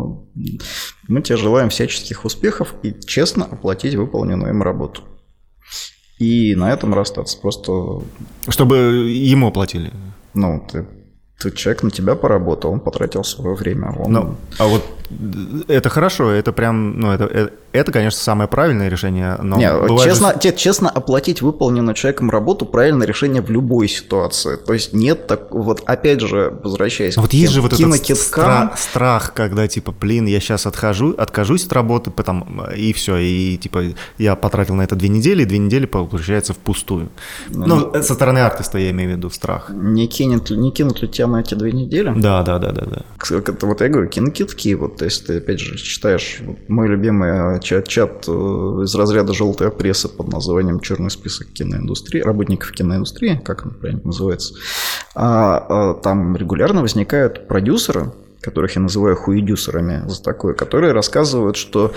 Мы тебе желаем всяческих успехов и честно оплатить выполненную им работу. И на этом расстаться. Просто... Чтобы ему оплатили? Ну, ты, ты человек на тебя поработал, он потратил свое время. Он... Ну, а вот это хорошо, это прям, ну, это, это, это, конечно, самое правильное решение. Но Не, честно, же... честно оплатить выполненную человеком работу — правильное решение в любой ситуации. То есть нет так, вот опять же, возвращаясь вот к есть же вот этот стра- страх, когда типа, блин, я сейчас отхожу, откажусь от работы, потом, и все, и типа я потратил на это две недели, и две недели получается впустую. Ну, ну, со стороны артиста я имею в виду страх. Не кинут, не кинут ли тебя на эти две недели? Да, да, да, да, да. Вот я говорю, кинокитки, вот, если ты, опять же, читаешь мой любимый чат, чат из разряда «Желтая пресса» под названием «Черный список киноиндустрии», работников киноиндустрии, как он правильно называется, а, а, там регулярно возникают продюсеры, которых я называю хуедюсерами за такое, которые рассказывают, что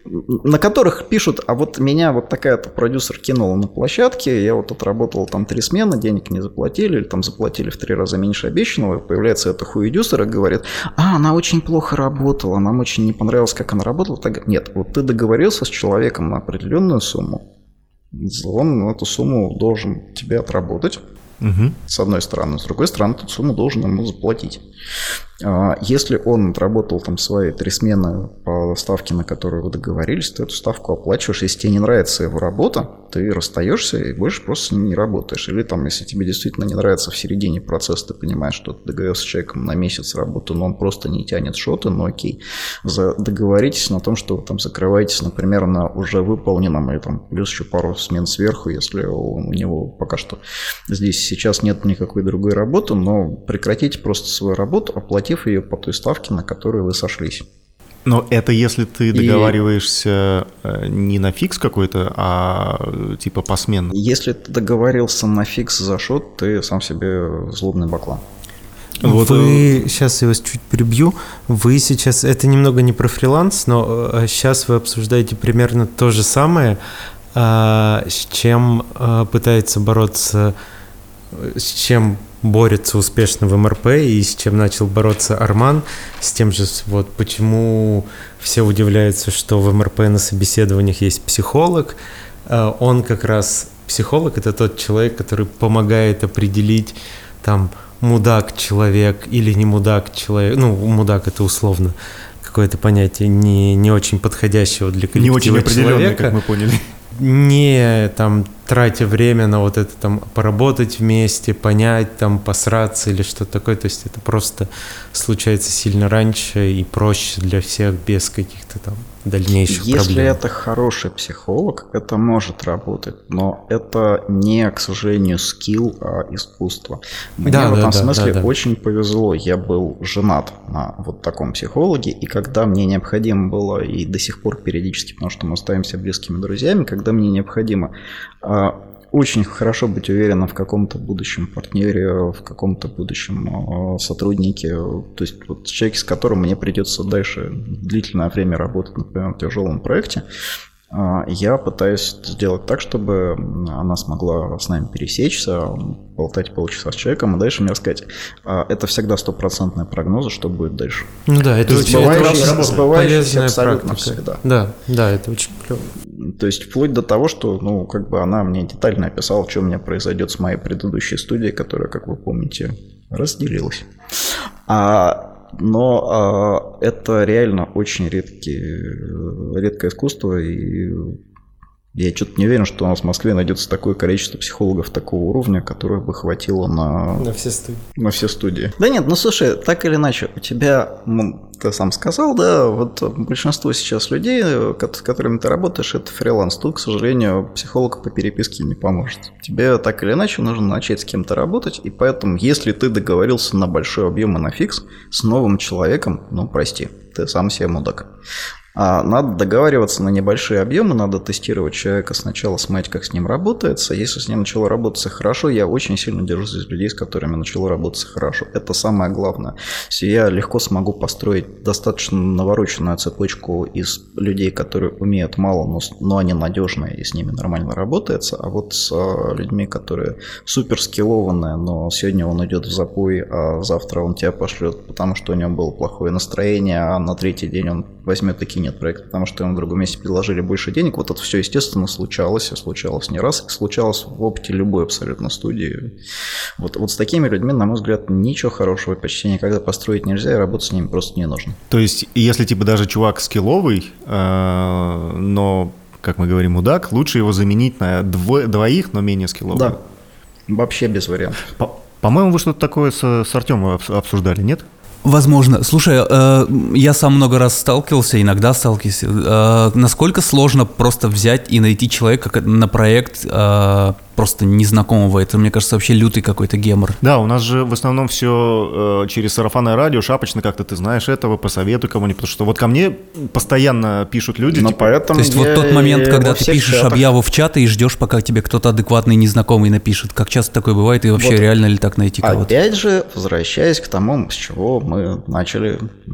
на которых пишут, а вот меня вот такая-то продюсер кинула на площадке, я вот отработал там три смены, денег не заплатили, или там заплатили в три раза меньше обещанного, и появляется эта хуедюсер и говорит, а, она очень плохо работала, нам очень не понравилось, как она работала. Так, нет, вот ты договорился с человеком на определенную сумму, он эту сумму должен тебе отработать, угу. с одной стороны, с другой стороны, эту сумму должен ему заплатить. Если он отработал там свои три смены по ставке, на которую вы договорились, ты эту ставку оплачиваешь. Если тебе не нравится его работа, ты расстаешься и больше просто с ним не работаешь. Или там, если тебе действительно не нравится в середине процесса, ты понимаешь, что ты договорился с человеком на месяц работы, но он просто не тянет шоты, ну окей. Договоритесь на том, что вы там закрываетесь, например, на уже выполненном, и там плюс еще пару смен сверху, если у него пока что здесь сейчас нет никакой другой работы, но прекратите просто свою работу, оплатив ее по той ставке, на которую вы сошлись. Но это если ты договариваешься и... не на фикс какой-то, а типа посменно. Если ты договорился на фикс за шот, ты сам себе злобный баклан. Вот вы, сейчас я вас чуть перебью, вы сейчас, это немного не про фриланс, но сейчас вы обсуждаете примерно то же самое, с чем пытается бороться, с чем борется успешно в эм эр пэ и с чем начал бороться Арман, с тем же, вот почему все удивляются, что в эм эр пэ на собеседованиях есть психолог. Он как раз, психолог — это тот человек, который помогает определить, там, мудак человек или не мудак человек, ну, мудак — это условно какое-то понятие не, не очень подходящего для коллектива не очень определенное, человека. Как мы поняли. Не там тратя время на вот это там поработать вместе, понять, там посраться или что-то такое. То есть это просто случается сильно раньше и проще для всех без каких-то там дальнейших Если проблем. Если это хороший психолог, это может работать, но это не, к сожалению, скилл, а искусство. Мне да, в этом да, смысле да, да. очень повезло. Я был женат на вот таком психологе, и когда мне необходимо было, и до сих пор периодически, потому что мы остаемся близкими друзьями, когда мне необходимо очень хорошо быть уверенным в каком-то будущем партнере, в каком-то будущем сотруднике, то есть вот человек, с которым мне придется дальше длительное время работать, например, в тяжелом проекте, я пытаюсь сделать так, чтобы она смогла с нами пересечься, болтать полчаса с человеком, и дальше мне рассказать. Это всегда стопроцентные прогнозы, что будет дальше. Ну да, это очень сбывающийся абсолютно практика. Всегда. Да, да, это очень клево. То есть вплоть до того, что, ну, как бы она мне детально описала, что у меня произойдет с моей предыдущей студией, которая, как вы помните, разделилась. А Но э, это реально очень редкий, редкое искусство, и я что-то не уверен, что у нас в Москве найдется такое количество психологов такого уровня, которое бы хватило на... На все студии. На все студии. Да нет, ну слушай, так или иначе, у тебя, ну, ты сам сказал, да, вот большинство сейчас людей, с которыми ты работаешь, это фриланс. Тут, к сожалению, психолог по переписке не поможет. Тебе так или иначе нужно начать с кем-то работать, и поэтому, если ты договорился на большой объем и на фикс с новым человеком, ну, прости, ты сам себе мудак. А надо договариваться на небольшие объемы, надо тестировать человека сначала, смотреть, как с ним работается. Если с ним начало работаться хорошо, я очень сильно держусь из людей, с которыми начало работаться хорошо. Это самое главное. Если я легко смогу построить достаточно навороченную цепочку из людей, которые умеют мало, но, но они надежные, и с ними нормально работается. А вот с людьми, которые супер скиллованные, но сегодня он идет в запой, а завтра он тебя пошлет, потому что у него было плохое настроение, а на третий день он возьмет такие нет проекта, потому что ему в другом месте предложили больше денег. Вот это все, естественно, случалось, и случалось не раз, и случалось в опыте любой абсолютно студии. Вот, вот с такими людьми, на мой взгляд, ничего хорошего почти никогда построить нельзя, и работать с ними просто не нужно. То есть, если типа даже чувак скилловый, э, но, как мы говорим, мудак, лучше его заменить на дво- двоих, но менее скилловых? Да, вообще без вариантов. По- по-моему, вы что-то такое с, с Артемом обсуждали, нет? Возможно. Слушай, э, я сам много раз сталкивался, иногда сталкивался. Э, насколько сложно просто взять и найти человека на проект э, просто незнакомого? Это, мне кажется, вообще лютый какой-то гемор. Да, у нас же в основном все э, через сарафанное радио, шапочно как-то ты знаешь этого, посоветуй кому-нибудь, потому что вот ко мне постоянно пишут люди. Но типа, поэтому то есть вот тот момент, когда ты пишешь чатах... объяву в чат и ждешь, пока тебе кто-то адекватный незнакомый напишет. Как часто такое бывает, и вообще вот реально ли так найти кого-то? Опять же, возвращаясь к тому, с чего мы начали минут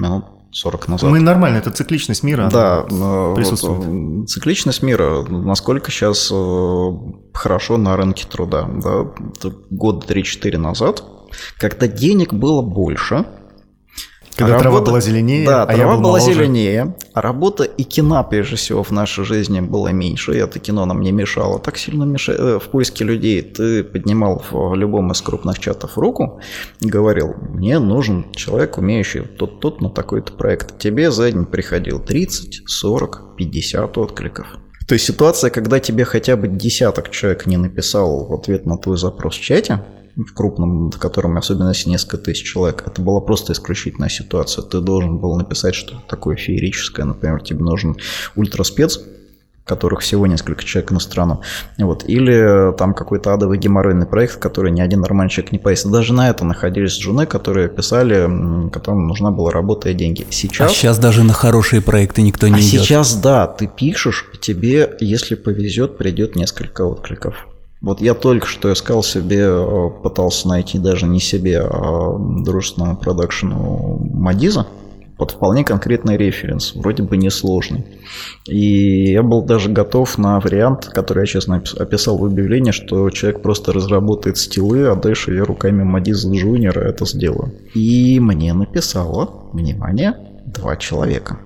сорок назад. Мы нормально, это цикличность мира. Да, присутствует. Вот, цикличность мира, насколько сейчас хорошо на рынке труда. Да, года три-четыре назад, когда денег было больше, когда а трава работа, была зеленее, да, а трава я был была моложе. зеленее, а работа и кино, прежде всего, в нашей жизни было меньше, и это кино нам не мешало так сильно мешало. В поиске людей ты поднимал в любом из крупных чатов руку и говорил, мне нужен человек, умеющий тот-тот на такой-то проект. Тебе за день приходил тридцать, сорок, пятьдесят откликов. То есть ситуация, когда тебе хотя бы десяток человек не написал в ответ на твой запрос в чате, в крупном, в котором, особенно если несколько тысяч человек, это была просто исключительная ситуация. Ты должен был написать что-то такое феерическое, например, тебе нужен ультраспец, которых всего несколько человек на страну, вот, или там какой-то адовый геморройный проект, который ни один нормальный человек не появится. Даже на это находились джуны, которые писали, которым нужна была работа и деньги. Сейчас... А сейчас даже на хорошие проекты никто не а идет. Сейчас, да, ты пишешь, и тебе, если повезет, придет несколько откликов. Вот я только что искал себе, пытался найти даже не себе, а дружественному продакшену Мадиза под вполне конкретный референс, вроде бы несложный. И я был даже готов на вариант, который я честно описал в объявлении, что человек просто разработает стилы, а дальше я руками Мадиза Джуниора это сделаю. И мне написало, внимание, два человека.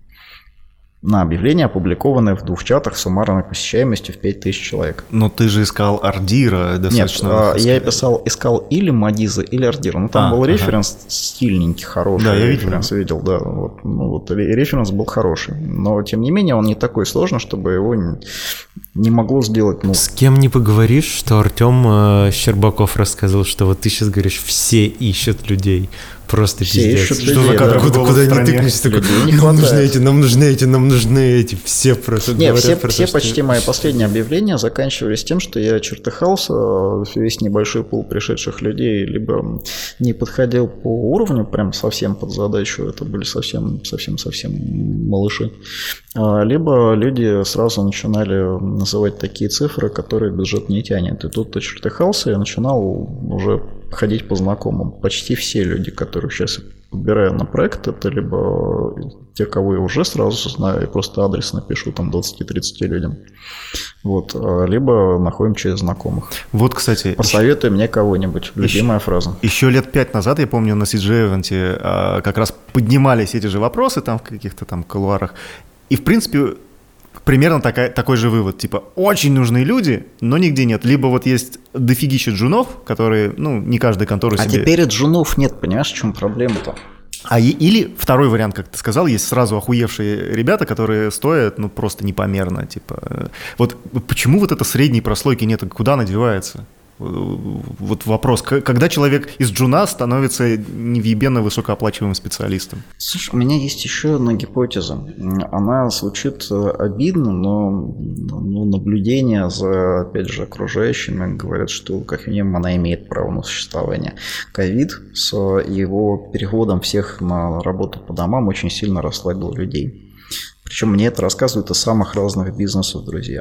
На объявление, опубликованное в двух чатах с суммарной посещаемостью в пять тысяч человек. Но ты же искал Ардира достаточно... Нет, я писал, искал или Мадиза, или Ардира. Ну, там а, был ага. референс стильненький, хороший. Да, я референс видел. видел, да. Вот, ну, вот, референс был хороший. Но, тем не менее, он не такой сложный, чтобы его не, не могло сделать. Ну... С кем не поговоришь, что Артем э, Щербаков рассказывал, что вот ты сейчас говоришь, все ищут людей. Просто все пиздец. ищут Что людей, куда, да. куда, куда не тыкнешься, такой, не нам хватает. нужны эти, нам нужны эти, нам нужны эти. Все просто Нет, говорят все, про все то, почти что... мои последние объявления заканчивались тем, что я чертыхался, весь небольшой пул пришедших людей либо не подходил по уровню, прям совсем под задачу, это были совсем, совсем, совсем малыши, либо люди сразу начинали называть такие цифры, которые бюджет не тянет. И тут я чертыхался и начинал уже ходить по знакомым. Почти все люди, которых сейчас подбираю на проект, это либо те, кого я уже сразу знаю, и просто адрес напишу там двадцать-тридцать людям. Вот. Либо находим через знакомых. Вот, кстати... Посоветуй мне кого-нибудь. Любимая еще, фраза. Еще лет пять назад, я помню, на си джи-эвенте как раз поднимались эти же вопросы там в каких-то там кулуарах. И, в принципе, примерно такая, такой же вывод. Типа, очень нужны люди, но нигде нет. Либо вот есть дофигища джунов, которые, ну, не каждая контора а себе... А теперь джунов нет, понимаешь, в чем проблема-то? А и, или второй вариант, как ты сказал, есть сразу охуевшие ребята, которые стоят, ну, просто непомерно. Типа, вот почему вот это средней прослойки нет, куда она девается? Вот вопрос, когда человек из джуна становится невъебенно высокооплачиваемым специалистом? Слушай, у меня есть еще одна гипотеза. Она звучит обидно, но ну, наблюдение за, опять же, окружающими говорят, что как минимум она имеет право на существование. Ковид с его переходом всех на работу по домам очень сильно расслабил людей. Причем мне это рассказывают из самых разных бизнесов, друзья.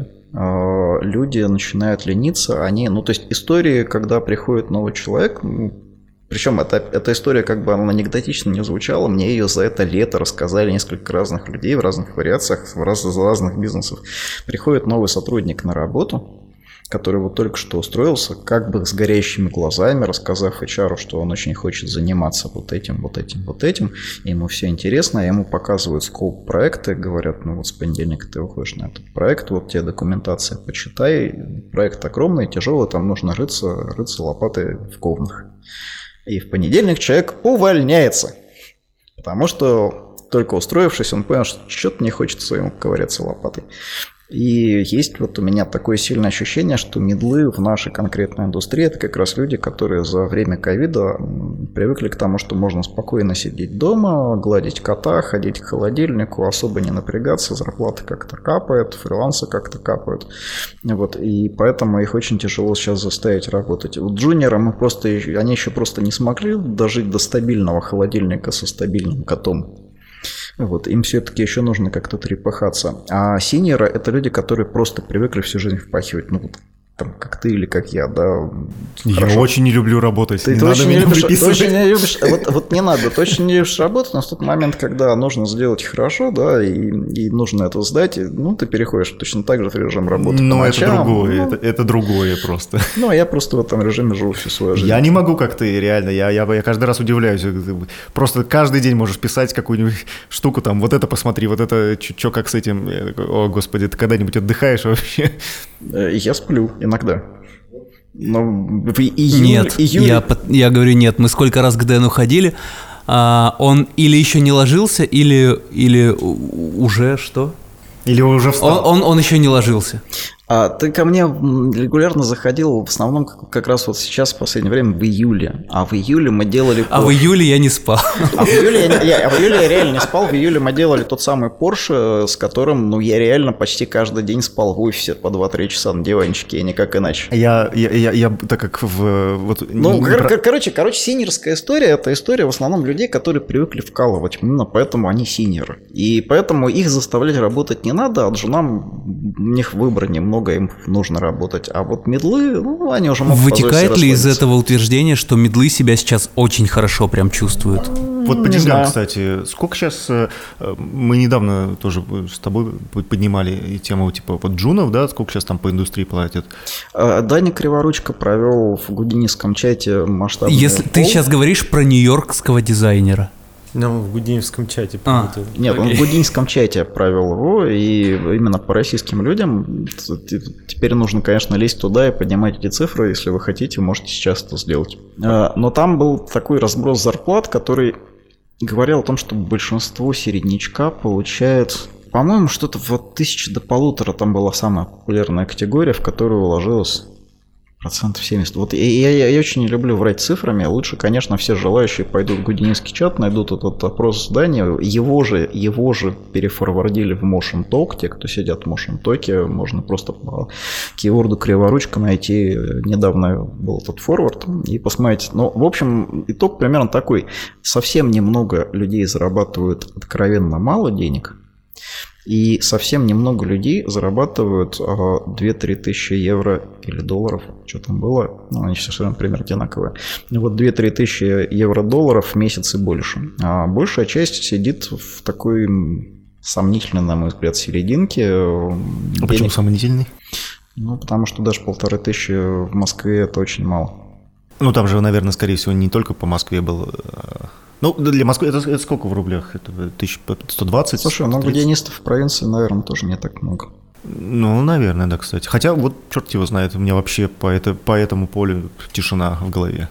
Люди начинают лениться, они, ну то есть истории, когда приходит новый человек, причем это, эта история как бы она анекдотично не звучала, мне ее за это лето рассказали несколько разных людей в разных вариациях, в разных, разных бизнесов. Приходит новый сотрудник на работу, который вот только что устроился, как бы с горящими глазами, рассказав эйч ар, что он очень хочет заниматься вот этим, вот этим, вот этим, и ему все интересно, ему показывают скоп проекта, говорят, ну вот с понедельника ты выходишь на этот проект, вот тебе документация, почитай, проект огромный, тяжелый, там нужно рыться, рыться лопатой в говнах. И в понедельник человек увольняется, потому что только устроившись, он понял, что что-то не хочется ему ковыряться лопатой. И есть вот у меня такое сильное ощущение, что мидлы в нашей конкретной индустрии – это как раз люди, которые за время ковида привыкли к тому, что можно спокойно сидеть дома, гладить кота, ходить к холодильнику, особо не напрягаться, зарплата как-то капает, фрилансы как-то капают. Вот, и поэтому их очень тяжело сейчас заставить работать. У джуниора мы просто, они еще просто не смогли дожить до стабильного холодильника со стабильным котом. Вот, им все-таки еще нужно как-то трепыхаться. А синьоры – это люди, которые просто привыкли всю жизнь впахивать, ну, вот, там, как ты или как я, да, Я хорошо. очень не люблю работать. Ты, не ты, надо очень не меня любишь, ты приписывать. очень не любишь, вот, вот не надо, ты очень не любишь работать, но в тот момент, когда нужно сделать хорошо, да, и, и нужно это сдать, ну, ты переходишь точно так же в режим работы. Но по это ночам. другое, Ну, это, это другое просто. ну, а я просто в этом режиме живу всю свою жизнь. Я не могу, как ты, реально. Я, я, я каждый раз удивляюсь. Просто каждый день можешь писать какую-нибудь штуку, там, вот это посмотри, вот это, что как с этим. Я такой, о, господи, ты когда-нибудь отдыхаешь вообще? Я сплю иногда. Но в июле... Нет, июле... я, под- я говорю нет. Мы сколько раз к Дэну ходили, а, он или еще не ложился, или, или у- уже что? Или уже Он, встал? он, он еще не ложился. А ты ко мне регулярно заходил, в основном как, как раз вот сейчас, в последнее время, в июле. А в июле мы делали... А в Porsche. июле я не спал. А в июле я, не- я- а в июле я реально не спал. В июле мы делали тот самый Porsche, с которым, ну, я реально почти каждый день спал в офисе по два-три часа на диванчике, и никак иначе. Я, я, я, я, так как в... Вот, Ну, не- не кор- про- кор- короче, короче, синерская история – это история в основном людей, которые привыкли вкалывать. Именно поэтому они синеры. И поэтому их заставлять работать не надо, а джунам, у них выбора немного, им нужно работать. А вот медлы, ну, они уже могут позволить себе Вытекает ли из расслабиться. этого утверждения, что медлы себя сейчас очень хорошо прям чувствуют? Вот по Не деньгам, знаю. кстати, сколько сейчас, э, мы недавно тоже с тобой поднимали и тему типа вот джунов, да, сколько сейчас там по индустрии платят? А, Даня Криворучко провел в гудинистском чате масштабный Если ты пол. сейчас говоришь про нью-йоркского дизайнера. Нам в гудиневском чате А. прилетело. Нет, он в гудинском чате провел его, и именно по российским людям т- теперь нужно, конечно, лезть туда и поднимать эти цифры, если вы хотите, можете сейчас это сделать. А, Но там был такой разброс зарплат, который говорил о том, что большинство середнячка получает, по-моему, что-то вот тысячи до полутора, там была самая популярная категория, в которую уложилось процентов семьдесят. Вот я, я, я очень не люблю врать цифрами. Лучше, конечно, все желающие пойдут в гудинистский чат, найдут этот опрос здания. Его же, его же перефорвардили в Motion Talk. Те, кто сидят в Motion Talk, можно просто по кейворду криворучка найти. Недавно был этот форвард и посмотреть. Но, в общем, итог примерно такой. Совсем немного людей зарабатывают откровенно мало денег. И совсем немного людей зарабатывают а, две-три тысячи евро или долларов, что там было, ну, они все равно примерно одинаковые. И вот две-три тысячи евро-долларов в месяц и больше. А большая часть сидит в такой м, сомнительной, на мой взгляд, серединке. А почему сомнительный? Ну, потому что даже полторы тысячи в Москве – это очень мало. Ну, там же, наверное, скорее всего, не только по Москве было. Ну, для Москвы это, это сколько в рублях? Это тысяча сто двадцать? Слушай, ну, гудинистов в провинции, наверное, тоже не так много. Ну, наверное, да, кстати. Хотя, вот черт его знает, у меня вообще по, это, по этому полю тишина в голове.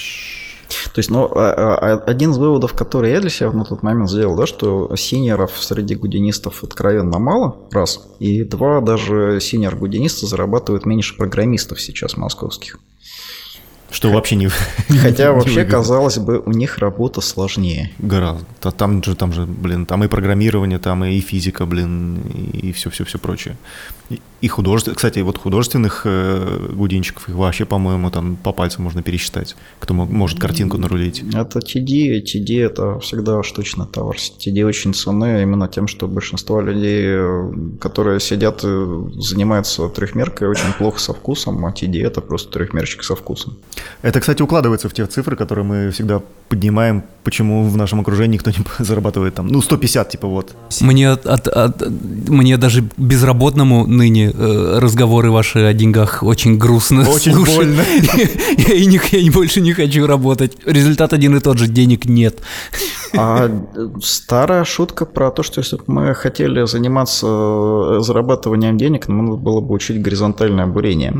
То есть, ну, один из выводов, который я для себя на тот момент сделал, да, что синьоров среди гудинистов откровенно мало, раз, и два, даже синьор-гудинисты зарабатывают меньше программистов сейчас московских. Что вообще не... Хотя не вообще, выгодно. казалось бы, у них работа сложнее. Гораздо. Та- Там же, там же, блин, там и программирование, там и физика, блин, и все-все-все прочее. И, и художественных, кстати, вот художественных э, гудинщиков, их вообще, по-моему, там по пальцам можно пересчитать, кто мо- может картинку нарулить. Это ти ди, ти ди это всегда штучный товар. ти ди очень ценны именно тем, что большинство людей, которые сидят и занимаются трехмеркой, очень плохо со вкусом, а ти ди это просто трехмерчик со вкусом. Это, кстати, укладывается в те цифры, которые мы всегда поднимаем, почему в нашем окружении никто не зарабатывает там, ну, сто пятьдесят, типа вот. Мне, от, от- от- мне даже безработному ныне э, разговоры ваши о деньгах очень грустно Очень слушать. больно. Я, и не, я и больше не хочу работать. Результат один и тот же, денег нет. А старая шутка про то, что если бы мы хотели заниматься зарабатыванием денег, нам надо было бы учить горизонтальное бурение.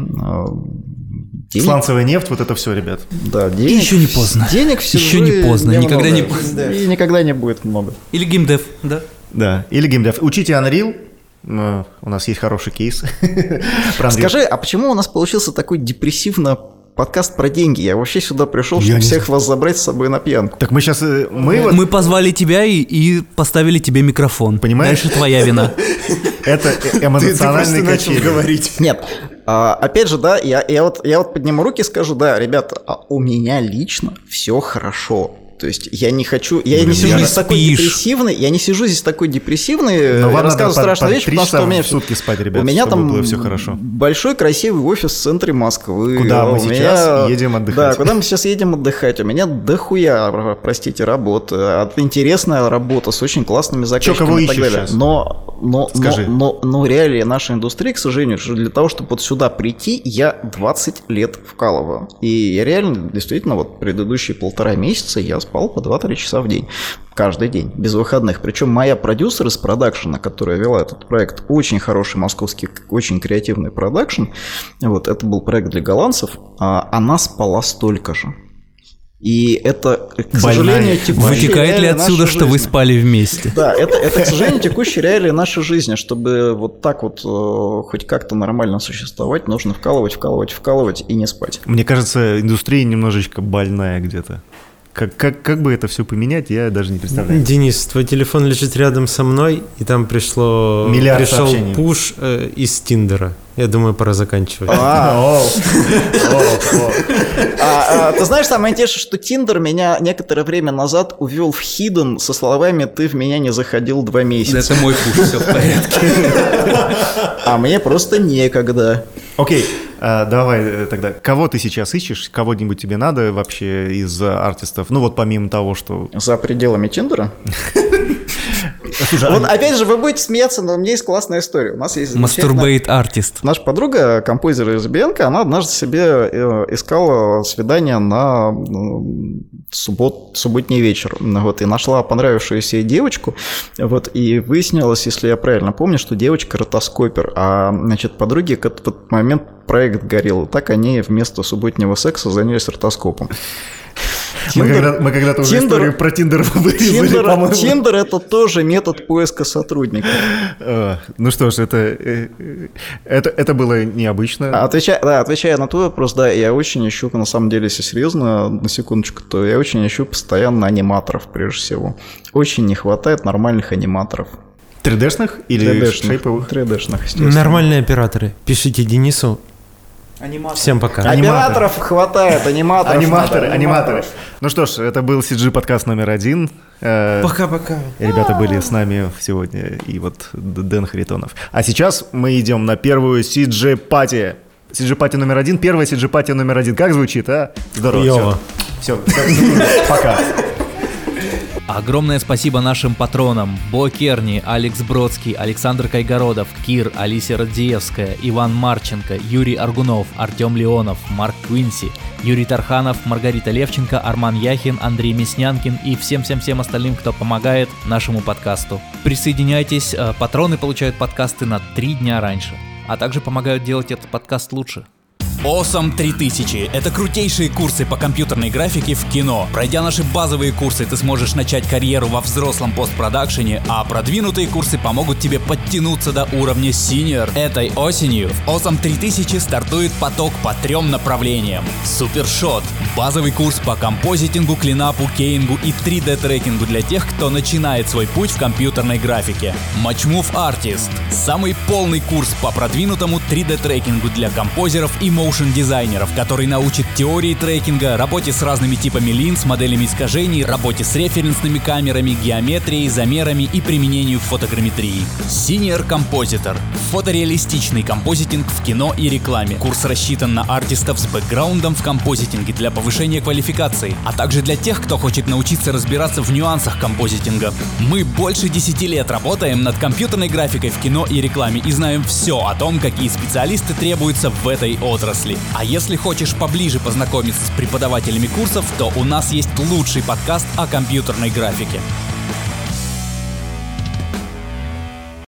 Денег, Сланцевая нефть, вот это все, ребят. да, денег, Еще не поздно. Денег все Еще не поздно, никогда не поздно. И никогда не будет много. Или геймдев, да? Да, или геймдев. Учите Unreal, э, у нас есть хороший кейс. Про Unreal. Скажи, а почему у нас получился такой депрессивно подкаст про деньги? Я вообще сюда пришел, Я чтобы не всех вас забрать с собой на пьянку. Так мы сейчас, мы вот, Мы позвали тебя и, и поставили тебе микрофон. Понимаешь? Дальше твоя вина. это э- эмоциональные качели. Нет, а, опять же, да, я, я, вот, я вот подниму руки и скажу, да, ребята, а у меня лично все хорошо. То есть я не хочу, я Блин, не сижу я здесь такой спишь. депрессивный, я не сижу здесь такой депрессивный, Но вам рассказываю надо по- страшные по вещи, три потому что часа у меня в сутки спать, ребят, у меня чтобы там было всё хорошо. большой красивый офис в центре Москвы. Куда мы У сейчас меня- едем отдыхать. Да, куда мы сейчас едем отдыхать. У меня дохуя, простите, работа, интересная работа с очень классными заказчиками кого и так ищешь далее. сейчас? Но, но, Скажи. но, но, но реалии нашей индустрии, к сожалению, что для того, чтобы вот сюда прийти, я двадцать лет вкалываю. И я реально, действительно, вот предыдущие полтора месяца я спал по два-три часа в день. Каждый день, без выходных. Причем моя продюсер из продакшена, которая вела этот проект, очень хороший московский, очень креативный продакшн. Вот, это был проект для голландцев. а Она спала столько же. И это, к сожалению, текущая Вытекает ли реалия отсюда, нашей что вы жизни. спали вместе? Да, это, это, к сожалению, текущая реалия нашей жизни. Чтобы вот так вот э, хоть как-то нормально существовать, нужно вкалывать, вкалывать, вкалывать и не спать. Мне кажется, индустрия немножечко больная где-то. Как, как, как бы это все поменять, я даже не представляю. Денис, твой телефон лежит рядом со мной, и там пришло Миллиард пришел сообщений. пуш э, из Тиндера. Я думаю, пора заканчивать. А, а, а, ты знаешь, самое интересное, что Тиндер меня некоторое время назад увел в хиден со словами «ты в меня не заходил два месяца». Это мой пуш, все в порядке. А мне просто некогда. Окей, а, давай э, тогда. Кого ты сейчас ищешь? Кого-нибудь тебе надо вообще из а, артистов? Ну вот помимо того, что... За пределами Тиндера? Слушай, Вот а- опять же, вы будете смеяться, но у меня есть классная история. У нас есть замечательная- Мастурбейт артист. Наша подруга, композер из Бенка, она однажды себе э, искала свидание на э, суббот, субботний вечер. Вот, и нашла понравившуюся ей девочку. Вот, и выяснилось, если я правильно помню, что девочка ротоскопер, а значит, подруге к этот момент проект горел. И так они вместо субботнего секса занялись ротоскопом. Мы, Тиндер- когда, мы когда-то уже Тиндер- историю про Тиндер вырезали, Тиндер, по-моему. Тиндер это тоже метод поиска сотрудников. А, ну что ж, это, э, э, это, это было необычно. Отвечая, да, отвечая на твой вопрос, да, я очень ищу, на самом деле, если серьезно, на секундочку, то я очень ищу постоянно аниматоров, прежде всего. Очень не хватает нормальных аниматоров. три дэ-шных или три дэ-шных, шейповых? три дэ-шных, естественно. Нормальные операторы. Пишите Денису. Всем пока. Операторов хватает, аниматоров Аниматоры, надо, аниматоры. Ну что ж, это был си джи подкаст номер один. Э, Пока-пока. Ребята были с нами сегодня, и вот Д- Дэн Харитонов. А сейчас мы идем на первую си джи-пати. си джи-пати номер один, первая си джи-пати номер один. Как звучит, а? Здорово. Хуёво. Все, пока. Огромное спасибо нашим патронам: Бо Керни, Алекс Бродский, Александр Кайгородов, Кир, Алисия Радзиевская, Иван Марченко, Юрий Аргунов, Артем Леонов, Марк Квинси, Юрий Тарханов, Маргарита Левченко, Арман Яхин, Андрей Мяснянкин и всем-всем-всем остальным, кто помогает нашему подкасту. Присоединяйтесь, э, патроны получают подкасты на три дня раньше, а также помогают делать этот подкаст лучше. Awesome три тысячи – это крутейшие курсы по компьютерной графике в кино. Пройдя наши базовые курсы, ты сможешь начать карьеру во взрослом постпродакшене, а продвинутые курсы помогут тебе подтянуться до уровня Senior. Этой осенью в Awesome три тысячи стартует поток по трем направлениям. Супершот – базовый курс по композитингу, клинапу, кейингу и три дэ-трекингу для тех, кто начинает свой путь в компьютерной графике. Matchmove Artist – самый полный курс по продвинутому три дэ-трекингу для композеров и моушн-дизайнеров, который научит теории трекинга, работе с разными типами линз, моделями искажений, работе с референсными камерами, геометрией, замерами и применению в фотограмметрии. Senior Compositor – фотореалистичный композитинг в кино и рекламе. Курс рассчитан на артистов с бэкграундом в композитинге для повышения квалификации, а также для тех, кто хочет научиться разбираться в нюансах композитинга. Мы больше десяти лет работаем над компьютерной графикой в кино и рекламе и знаем все о том, какие специалисты требуются в этой отрасли. А если хочешь поближе познакомиться с преподавателями курсов, то у нас есть лучший подкаст о компьютерной графике.